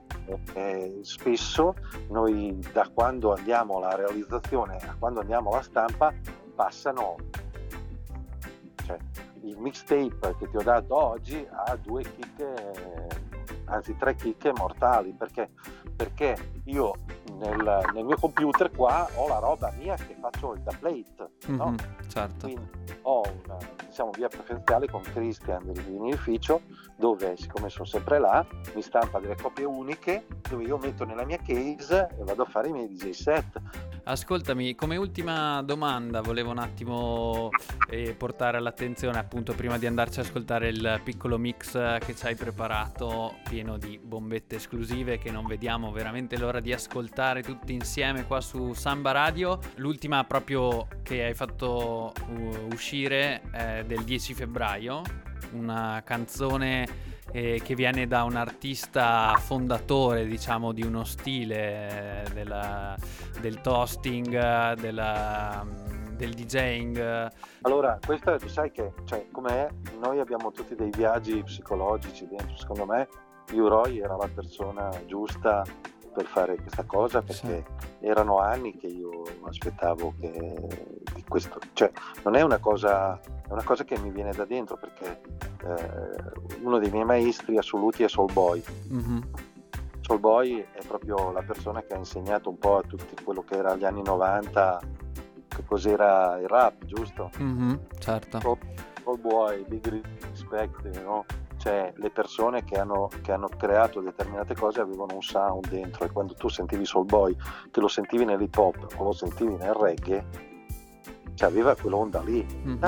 Spesso noi, da quando andiamo alla realizzazione a quando andiamo alla stampa, passano, cioè il mixtape che ti ho dato oggi ha 2 chicche, anzi 3 chicche mortali, perché io nel mio computer qua ho la roba mia che faccio il template, no? Certo. Quindi ho una via preferenziale con Christian del vinificio, dove siccome sono sempre là mi stampa delle copie uniche dove io metto nella mia case e vado a fare i miei DJ set. Ascoltami, come ultima domanda volevo un attimo portare all'attenzione, appunto, prima di andarci a ascoltare il piccolo mix che ci hai preparato, pieno di bombette esclusive che non vediamo veramente l'ora di ascoltare tutti insieme qua su Samba Radio. L'ultima proprio che hai fatto uscire è del 10 febbraio, una canzone che viene da un artista fondatore, diciamo, di uno stile del toasting, del DJing. Allora, questo sai che, cioè, com'è, noi abbiamo tutti dei viaggi psicologici dentro. Secondo me U-Roy era la persona giusta per fare questa cosa, perché erano anni che io aspettavo di questo, cioè non è una cosa, è una cosa che mi viene da dentro, perché uno dei miei maestri assoluti è Soulboy. Soulboy è proprio la persona che ha insegnato un po' a tutti quello che era gli anni 90, che cos'era il rap, giusto? Certo. Soulboy, Big Respect, no? Cioè le persone che hanno creato determinate cose avevano un sound dentro, e quando tu sentivi Soulboy, che lo sentivi nell'hip hop o lo sentivi nel reggae, cioè aveva quell'onda lì,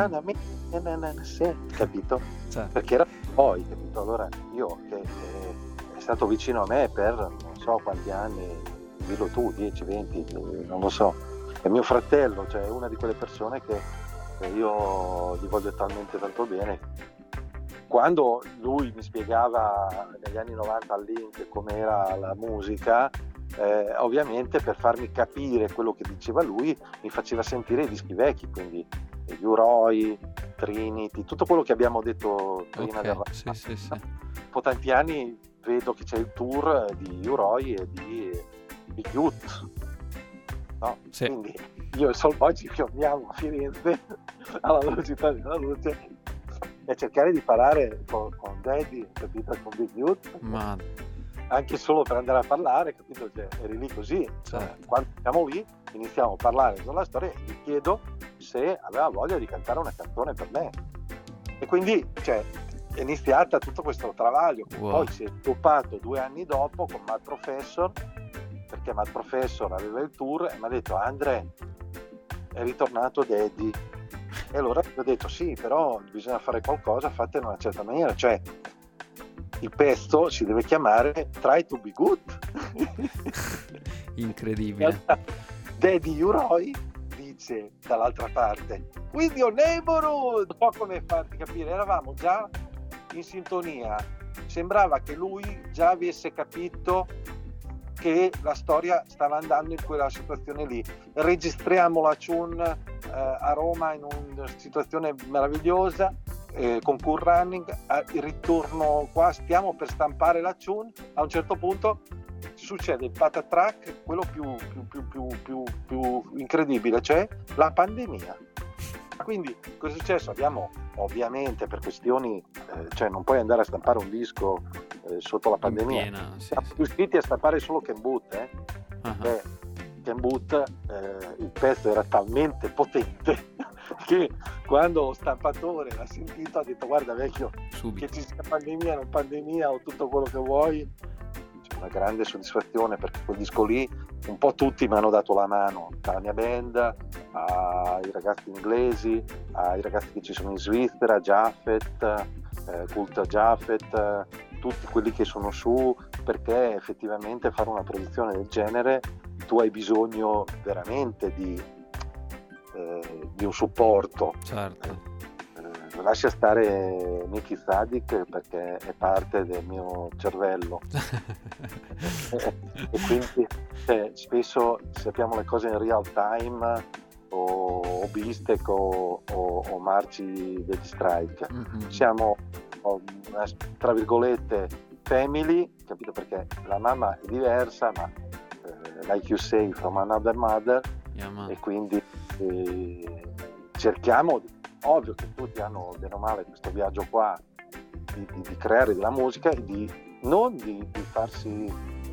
capito? Certo. Perché era poi, capito? Allora io, che è stato vicino a me per non so quanti anni, dillo tu, 10, 20, non lo so, è mio fratello, cioè è una di quelle persone che io gli voglio talmente tanto bene. Quando lui mi spiegava negli anni 90 al Link com'era la musica, ovviamente per farmi capire quello che diceva lui mi faceva sentire i dischi vecchi, quindi U-Roy, Trinity, tutto quello che abbiamo detto prima del rap. Sì. Dopo tanti anni vedo che c'è il tour di U-Roy e di Big Youth, no? Sì. Quindi io e Solboy ci fiommiamo a Firenze alla velocità della luce e cercare di parare con Daddy, capito, con Big Youth, ma anche solo per andare a parlare, capito, cioè, eri lì così, certo. Quando siamo lì iniziamo a parlare con la storia e gli chiedo se aveva voglia di cantare una canzone per me, e quindi cioè è iniziata tutto questo travaglio che poi si è sviluppato 2 anni dopo con Mad Professor, perché Mad Professor aveva il tour e mi ha detto: Andre, è ritornato Daddy. E allora ho detto: sì, però bisogna fare qualcosa fatto in una certa maniera, cioè il pezzo si deve chiamare Try to be good. Incredibile. Daddy Uroi dice dall'altra parte: with your neighborhood. Non so come farti capire, eravamo già in sintonia, sembrava che lui già avesse capito che la storia stava andando in quella situazione lì. Registriamo la tune a Roma in una situazione meravigliosa, con Cool Running, il ritorno qua, stiamo per stampare la tune, a un certo punto succede il patatrack, quello più incredibile, cioè la pandemia. Quindi cosa è successo? Abbiamo ovviamente, per questioni cioè non puoi andare a stampare un disco sotto la pandemia, piena, siamo riusciti a stampare solo Ken Boot, Ken Boot, il pezzo era talmente potente che quando lo stampatore l'ha sentito ha detto: guarda vecchio, subito, che ci sia pandemia, non pandemia o tutto quello che vuoi. C'è una grande soddisfazione, perché quel disco lì un po' tutti mi hanno dato la mano, dalla mia band ai ragazzi inglesi, ai ragazzi che ci sono in Svizzera, Jaffet, Cult Jaffet, tutti quelli che sono su, perché effettivamente fare una produzione del genere tu hai bisogno veramente di un supporto. certo. Lascia stare Nicky Sadik perché è parte del mio cervello e quindi spesso sappiamo le cose in real time, o Bistek o Marci degli Strike. Siamo tra virgolette family, capito, perché la mamma è diversa, ma like you say, from another mother, e quindi cerchiamo, ovvio che tutti hanno bene o male questo viaggio qua di creare della musica e di farsi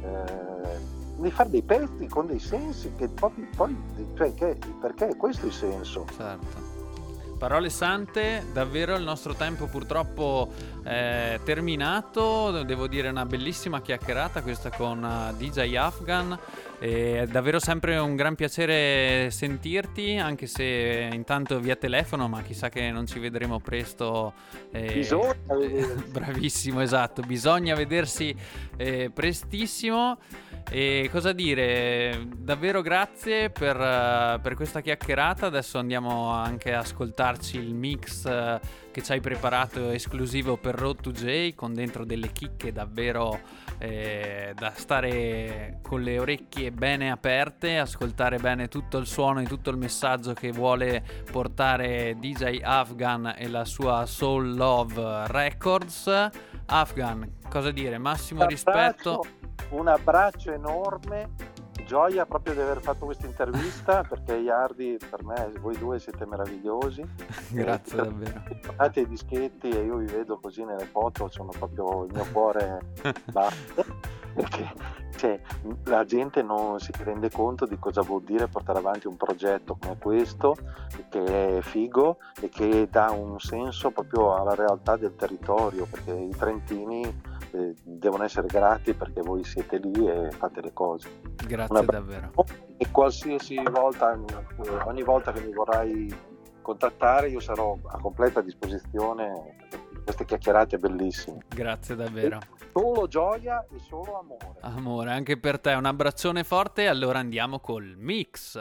di fare dei pezzi con dei sensi che poi cioè perché questo è il senso. Certo. Parole sante, davvero il nostro tempo purtroppo è terminato. Devo dire, una bellissima chiacchierata questa con DJ Afghan. È davvero sempre un gran piacere sentirti, anche se intanto via telefono, ma chissà che non ci vedremo presto. Bisogna bravissimo, esatto, bisogna vedersi prestissimo. E cosa dire, davvero grazie per questa chiacchierata. Adesso andiamo anche a ascoltarci il mix che ci hai preparato esclusivo per Road to J, con dentro delle chicche davvero da stare con le orecchie bene aperte, ascoltare bene tutto il suono e tutto il messaggio che vuole portare DJ Afghan e la sua Soul Love Records. Afghan, cosa dire, massimo rispetto. Un abbraccio enorme, gioia proprio di aver fatto questa intervista, perché Yardi, per me, voi due siete meravigliosi. Grazie davvero. Tornate ai dischetti e io vi vedo così nelle foto, sono proprio, il mio cuore batte, perché cioè, la gente non si rende conto di cosa vuol dire portare avanti un progetto come questo, che è figo e che dà un senso proprio alla realtà del territorio, perché i trentini devono essere grati perché voi siete lì e fate le cose. Grazie davvero. E qualsiasi volta, ogni volta che mi vorrai contattare, io sarò a completa disposizione. Queste chiacchierate bellissime. Grazie davvero. Solo gioia e solo amore. Amore, anche per te. Un abbraccione forte. Allora andiamo col mix.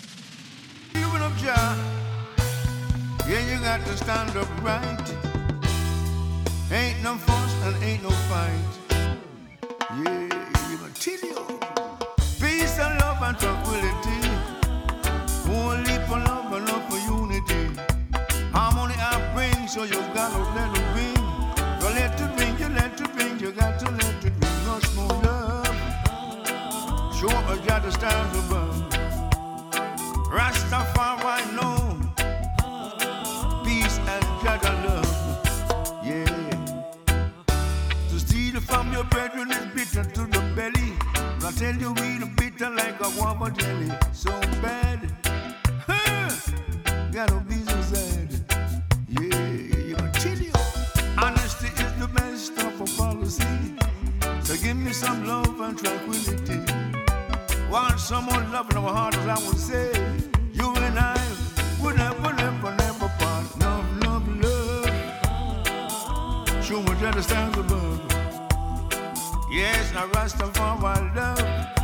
Yeah, you got to stand up right. Ain't no fuss and ain't no fight. Yeah, you gonna tell you. Peace and love and tranquility. Only for love and love for unity. Harmony I bring, so you gotta let it ring. You let it ring, you let it ring, you got to let it ring. Much more love. Sure, I got to stand above. Rasta Jah love, yeah. To steal from your brethren is bitter to the belly. But I tell you, we the bitter like a guava jelly. So bad, gotta be so sad. Yeah, I tell you, honesty is the best of a policy. So give me some love and tranquility. Want some more love in our heart, as I would say. You and I would never, never, never part. Love, love, love. Show me that stands above. Yes, I Rastafari love.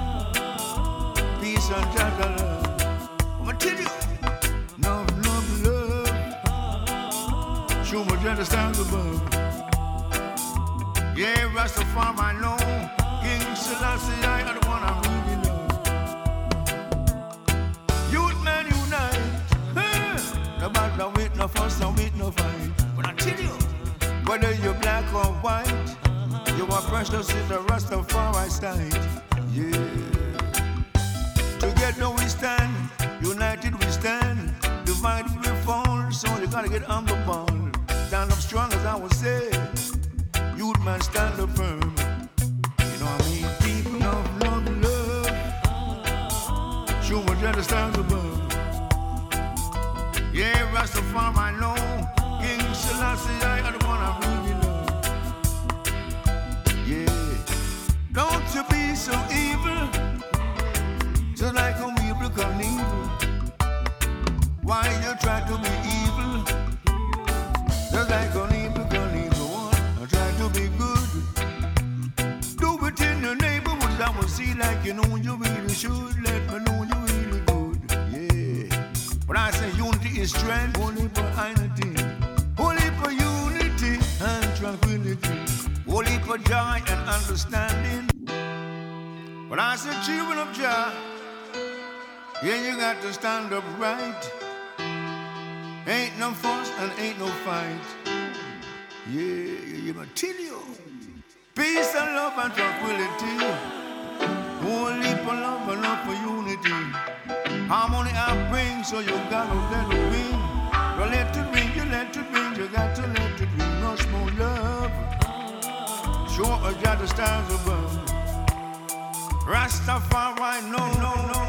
Peace and Jah love. I'ma tell you. Love, love, love. Show me that stands above. Yeah, Rastafari I know. King Selassie, I the one I really love. Youth man unite. No matter with no fuss and with no fight. But I tell you, whether you're black or white, you are precious in the Rastafari side. Yeah. Together we stand, united we stand, divided we fall, so you gotta get on the ball. Stand up strong as I would say, youth man stand up firm. You know what I mean? People love, love, love. Show what you understand above. Yeah, Rastafari I know, King Selassie I the one I really love. Yeah, don't you be so evil, just like a evil can evil. Why you try to be evil, just like an evil can evil one. I try to be good, do it in your neighborhood. I will see like you know you really should. Let me know you really good, yeah. But I say unity is strength, only for unity, only for unity and tranquility, only for joy and understanding. But I say children of Jah, yeah, you got to stand up right. Ain't no fuss and ain't no fight. Yeah, you gonna tell you. Peace and love and tranquility. Only for love and love for unity. Harmony I bring, so you gotta let it ring. You let it ring, you let it ring, you got to let it ring. Much more love. Sure, I got the stars above. Rastafari, no, no, no, no.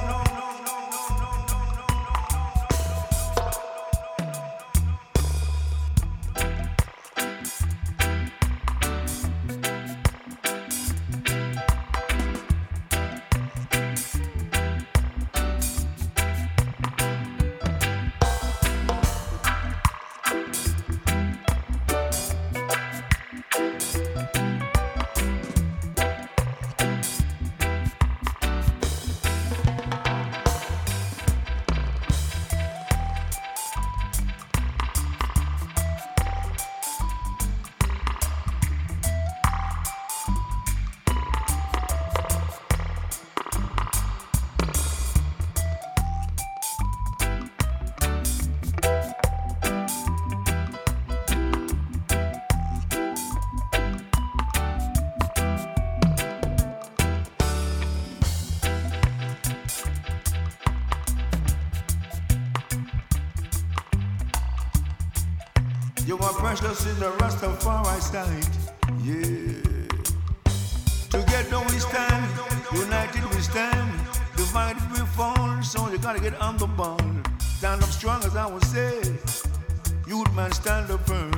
You are precious in the Rastafari side, yeah. Together we stand, united we stand, divided we fall, so you gotta get on the ball. Stand up strong as I would say, youth man stand up firm.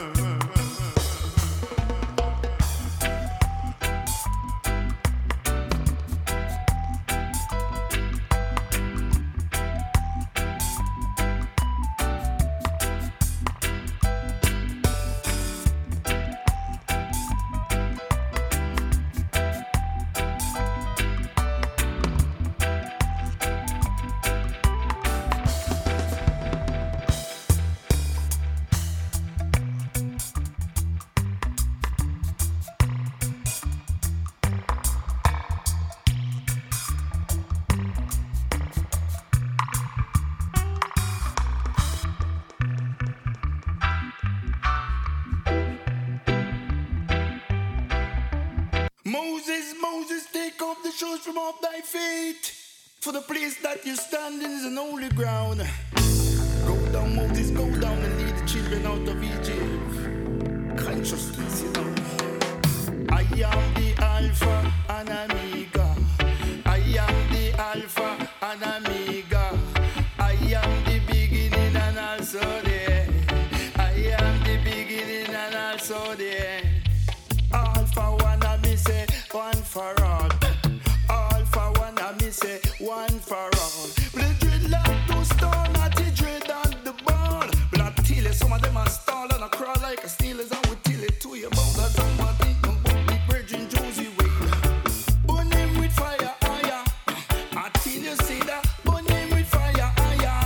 Moses, take off the shoes from off thy feet, for the place that you stand in is an holy ground. Go down, Moses, go down and lead the children children out of Egypt. Consciousness, you know. I am the Alpha and Omega. I am the Alpha and Omega. I am the beginning and also the end. I am the beginning and also the end. All for one, I me say one for all. All for one, I me say one for all. But the dreadlock to stone, not the dread on the ball. But I tell you, some of them are stall and I crawl like a steelers and we tell it to you about that somebody. Virgin Josie Wade, burn him with fire, aya. I tell you, say that, burn him with fire, aya.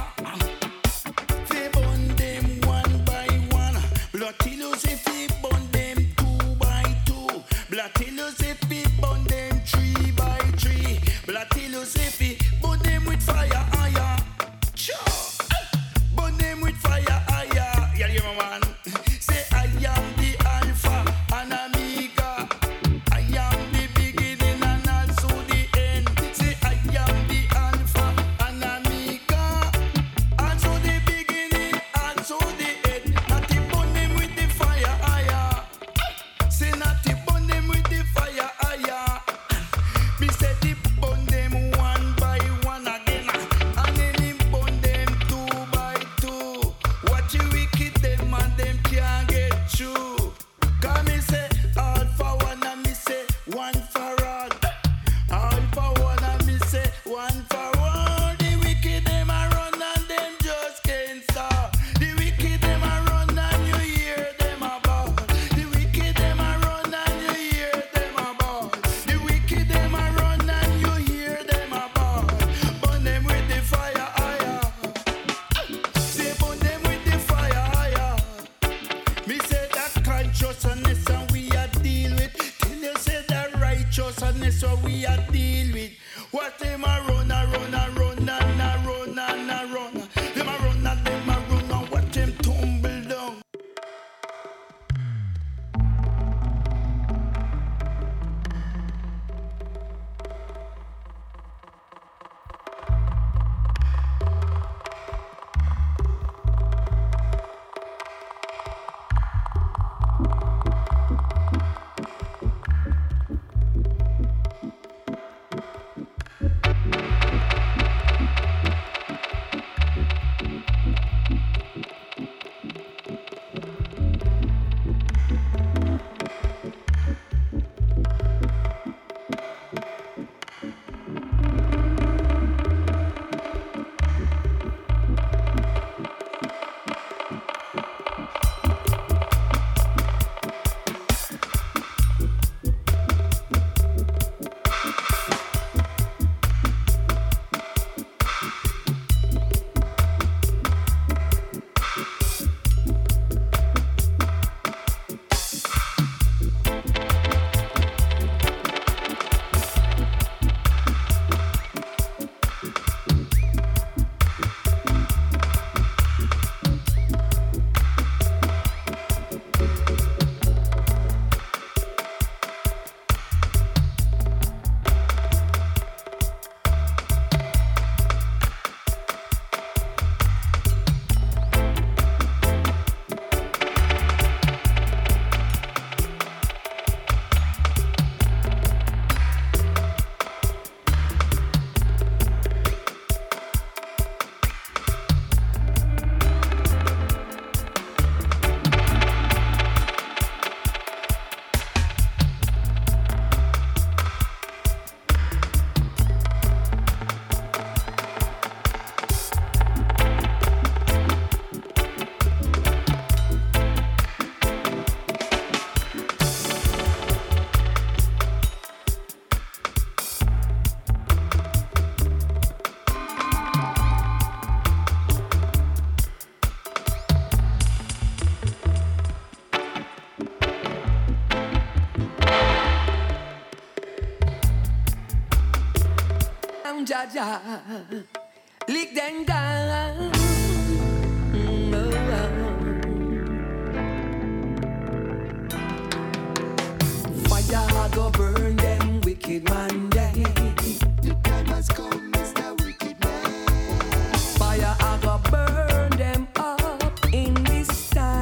They burn them one by one. Blood till you say, they burn them 2 by 2. Blood till you say, they burn them 3 by 3. Blood till you say, they burn them with fire, aya. Sure, burn them with fire, aya. Yeah, you man. Say I am the Alpha and Omega. I am the beginning and also the end. Say I am the Alpha and Omega. Also the beginning, also the end. Not to burn them with the fire, aya. Say not to burn them with the fire, aya. Me say the burn them one by one again. And then him burn them 2 by 2. Watch you wicked them and them can't get through. Cause me say all for one and me say one for all. All for one and me say one for all. The wicked them a run and them just can't stop. The wicked them a run and you hear them a bawl. The wicked them a run and you hear them a bawl. The wicked them a run and you hear them a bawl. Burn them with the fire, aya. Say burn them with the fire, aya. Me say that consciousness and we a deal with. Till you say that righteousness what we a deal with. What them a run and run and run and a run and a run. Them a run and them a run and watch them tumble down. Jaja, lick them down. Fire go burn them wicked man day. The time has come, Mr. Wicked Man. Fire go burn them up in this time.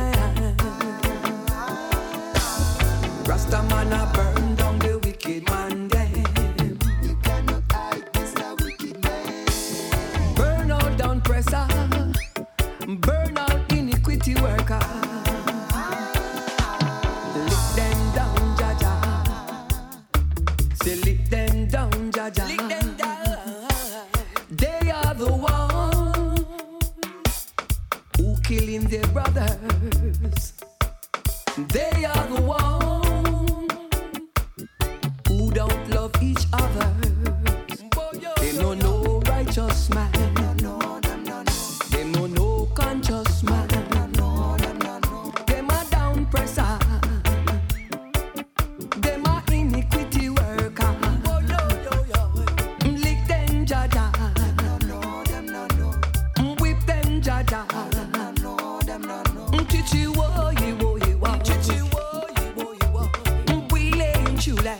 They are the one who don't love each other. They know no righteous man. They know no conscious man. Them a down presser. Them a iniquity worker. Lick them jaja. Whip them jaja. Chichi wo ye wo ye wo. Chichi wo ye wo ye wo. We lay chula.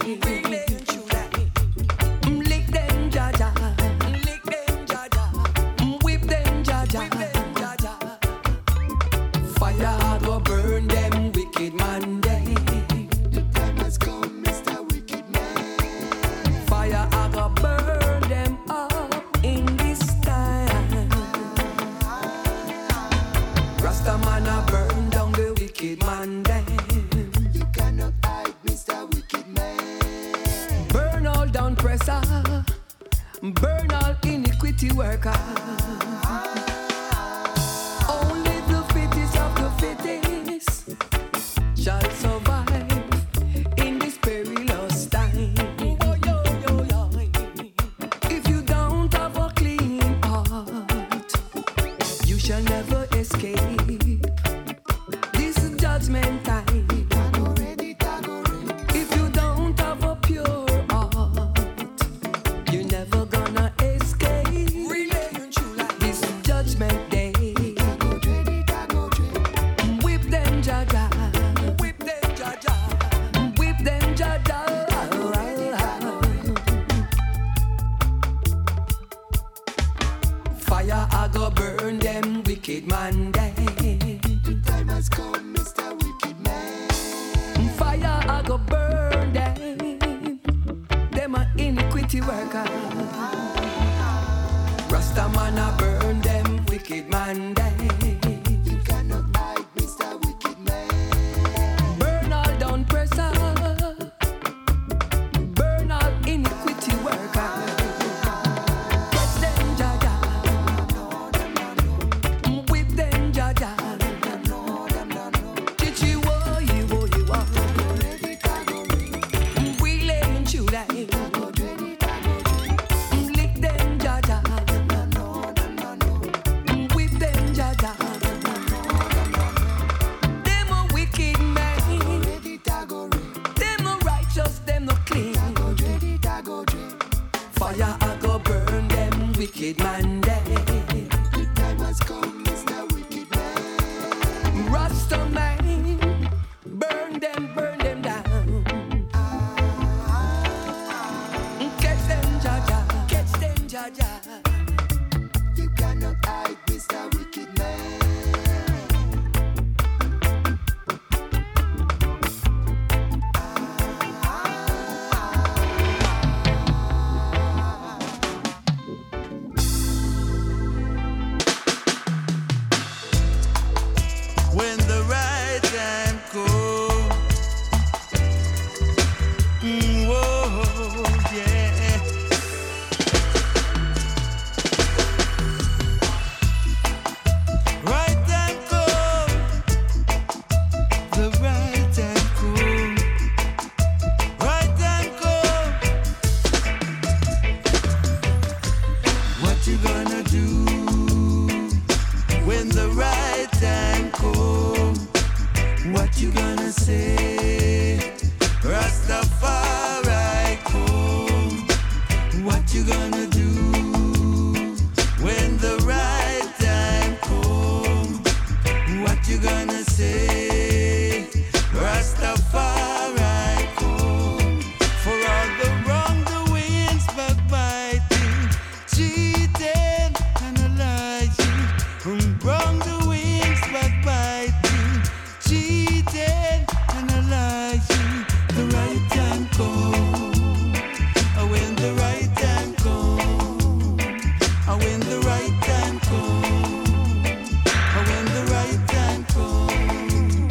Lick them jaja. Lick them jaja. Whip them jaja. Fire go burn them wicked man day. The time has come, Mr. Wicked Man. Fire go burn them up in this time. Rasta man a burn down the wicked man day. You cannot hide, Mr. Wicked Man. Burn all down presser. Burn all iniquity worker. Only the fittest of the fittest shall survive in this perilous time. If you don't have a clean heart, you shall never escape this judgment time. If you don't have a pure heart, you're never gonna escape this judgment day. Whip them jaja. Whip them jaja. Whip them jaja. Fire I go burn them wicked man day. The time has come, Mr. Wicked Man. Fire I go burn them. Them a iniquity worker. Rasta man a burn them wicked man day. You cannot hide, Mr. Wicked Man. Burn all down presser. Burn all iniquity worker. Catch them jaja. Whip them jaja. Chichi wo ye wo. We lay chula. Lick them jaja. Whip them jaja. Them a wicked man. Them a righteous, them no clean. Fire I go burn them wicked man day. The time has come, Mr. Wicked Man. Rasta man, burn them down. Catch them jaja. You cannot hide, Mr. Wicked Man. When the right time comes, whoa, yeah. Right time comes, the right time comes, right time comes. What you gonna do when the right time comes? What you gonna say? Rastafari come. What you gonna do when the right time comes? What you gonna say? Rastafari come. For all the wrongdoings, backbiting, cheating, and lying. Wrongdoings, backbiting, cheating, and lying. The right time comes. When the right time comes. When the right time comes. When the right time comes.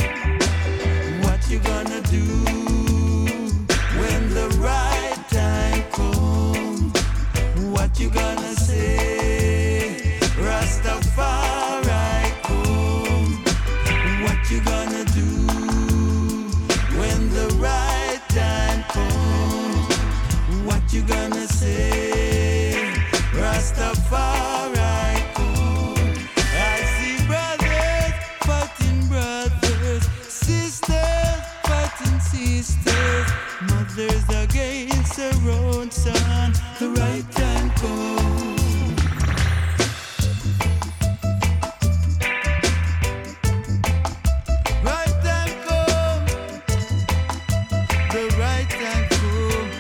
There's against the road, son. The right time comes. Right time comes. The right time comes.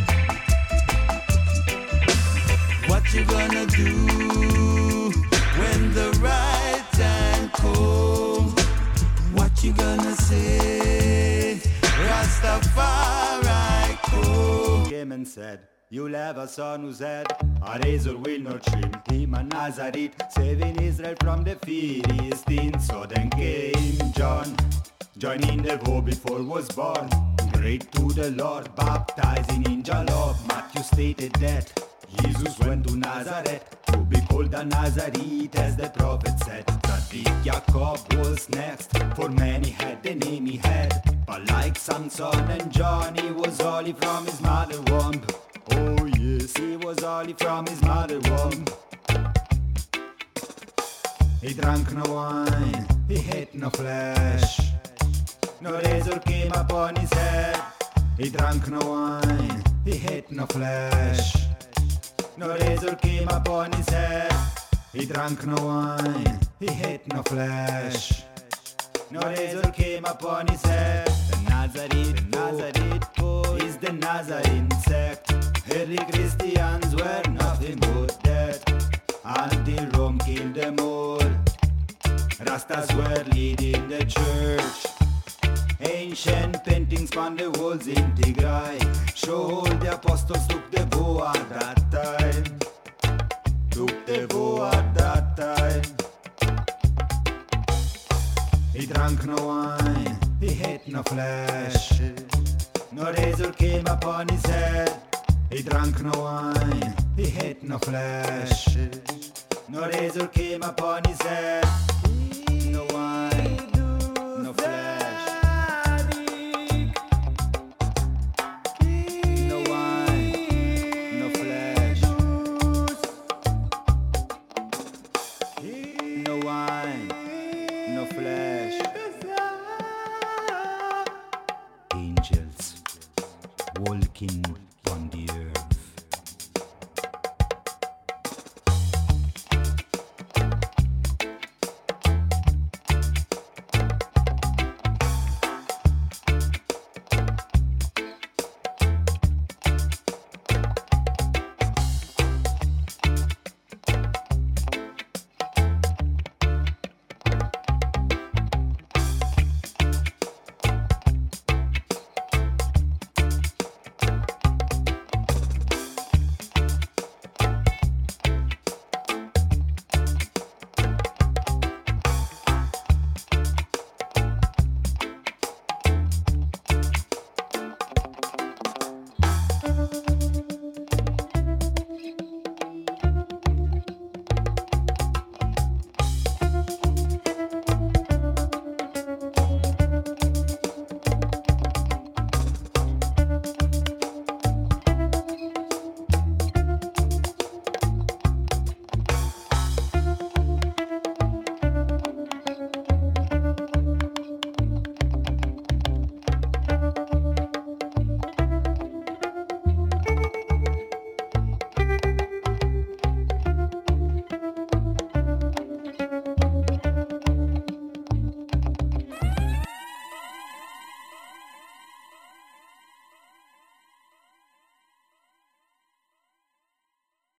What you gonna do when the right time comes? What you gonna say? Rastafari came and said, you'll have a son whose head a razor will not trim. Him a Nazareth, saving Israel from the Philistines. So then came John, joining the war before was born. Great to the Lord, baptizing in Jah love. Matthew stated that Jesus went to Nazareth to be called a Nazarite, as the prophet said. That big Jacob was next, for many had the name he had. But like Samson and John, he was only from his mother womb. Oh yes, he was only from his mother womb. He drank no wine, he ate no flesh. No razor came upon his head. He drank no wine, he ate no flesh. No razor came upon his head. He drank no wine, he ate no flesh. No razor came upon his head. The Nazareth is the Nazarene sect. Early Christians were nothing but dead until Rome killed them all. Rastas were leading the church. Ancient paintings on the walls in Tigray show the apostles took the vow at that time. Took the vow at that time. He drank no wine, he ate no flesh. No razor came upon his head. He drank no wine, he ate no flesh. No razor came upon his head. No wine, no flesh. Angels walking on the earth.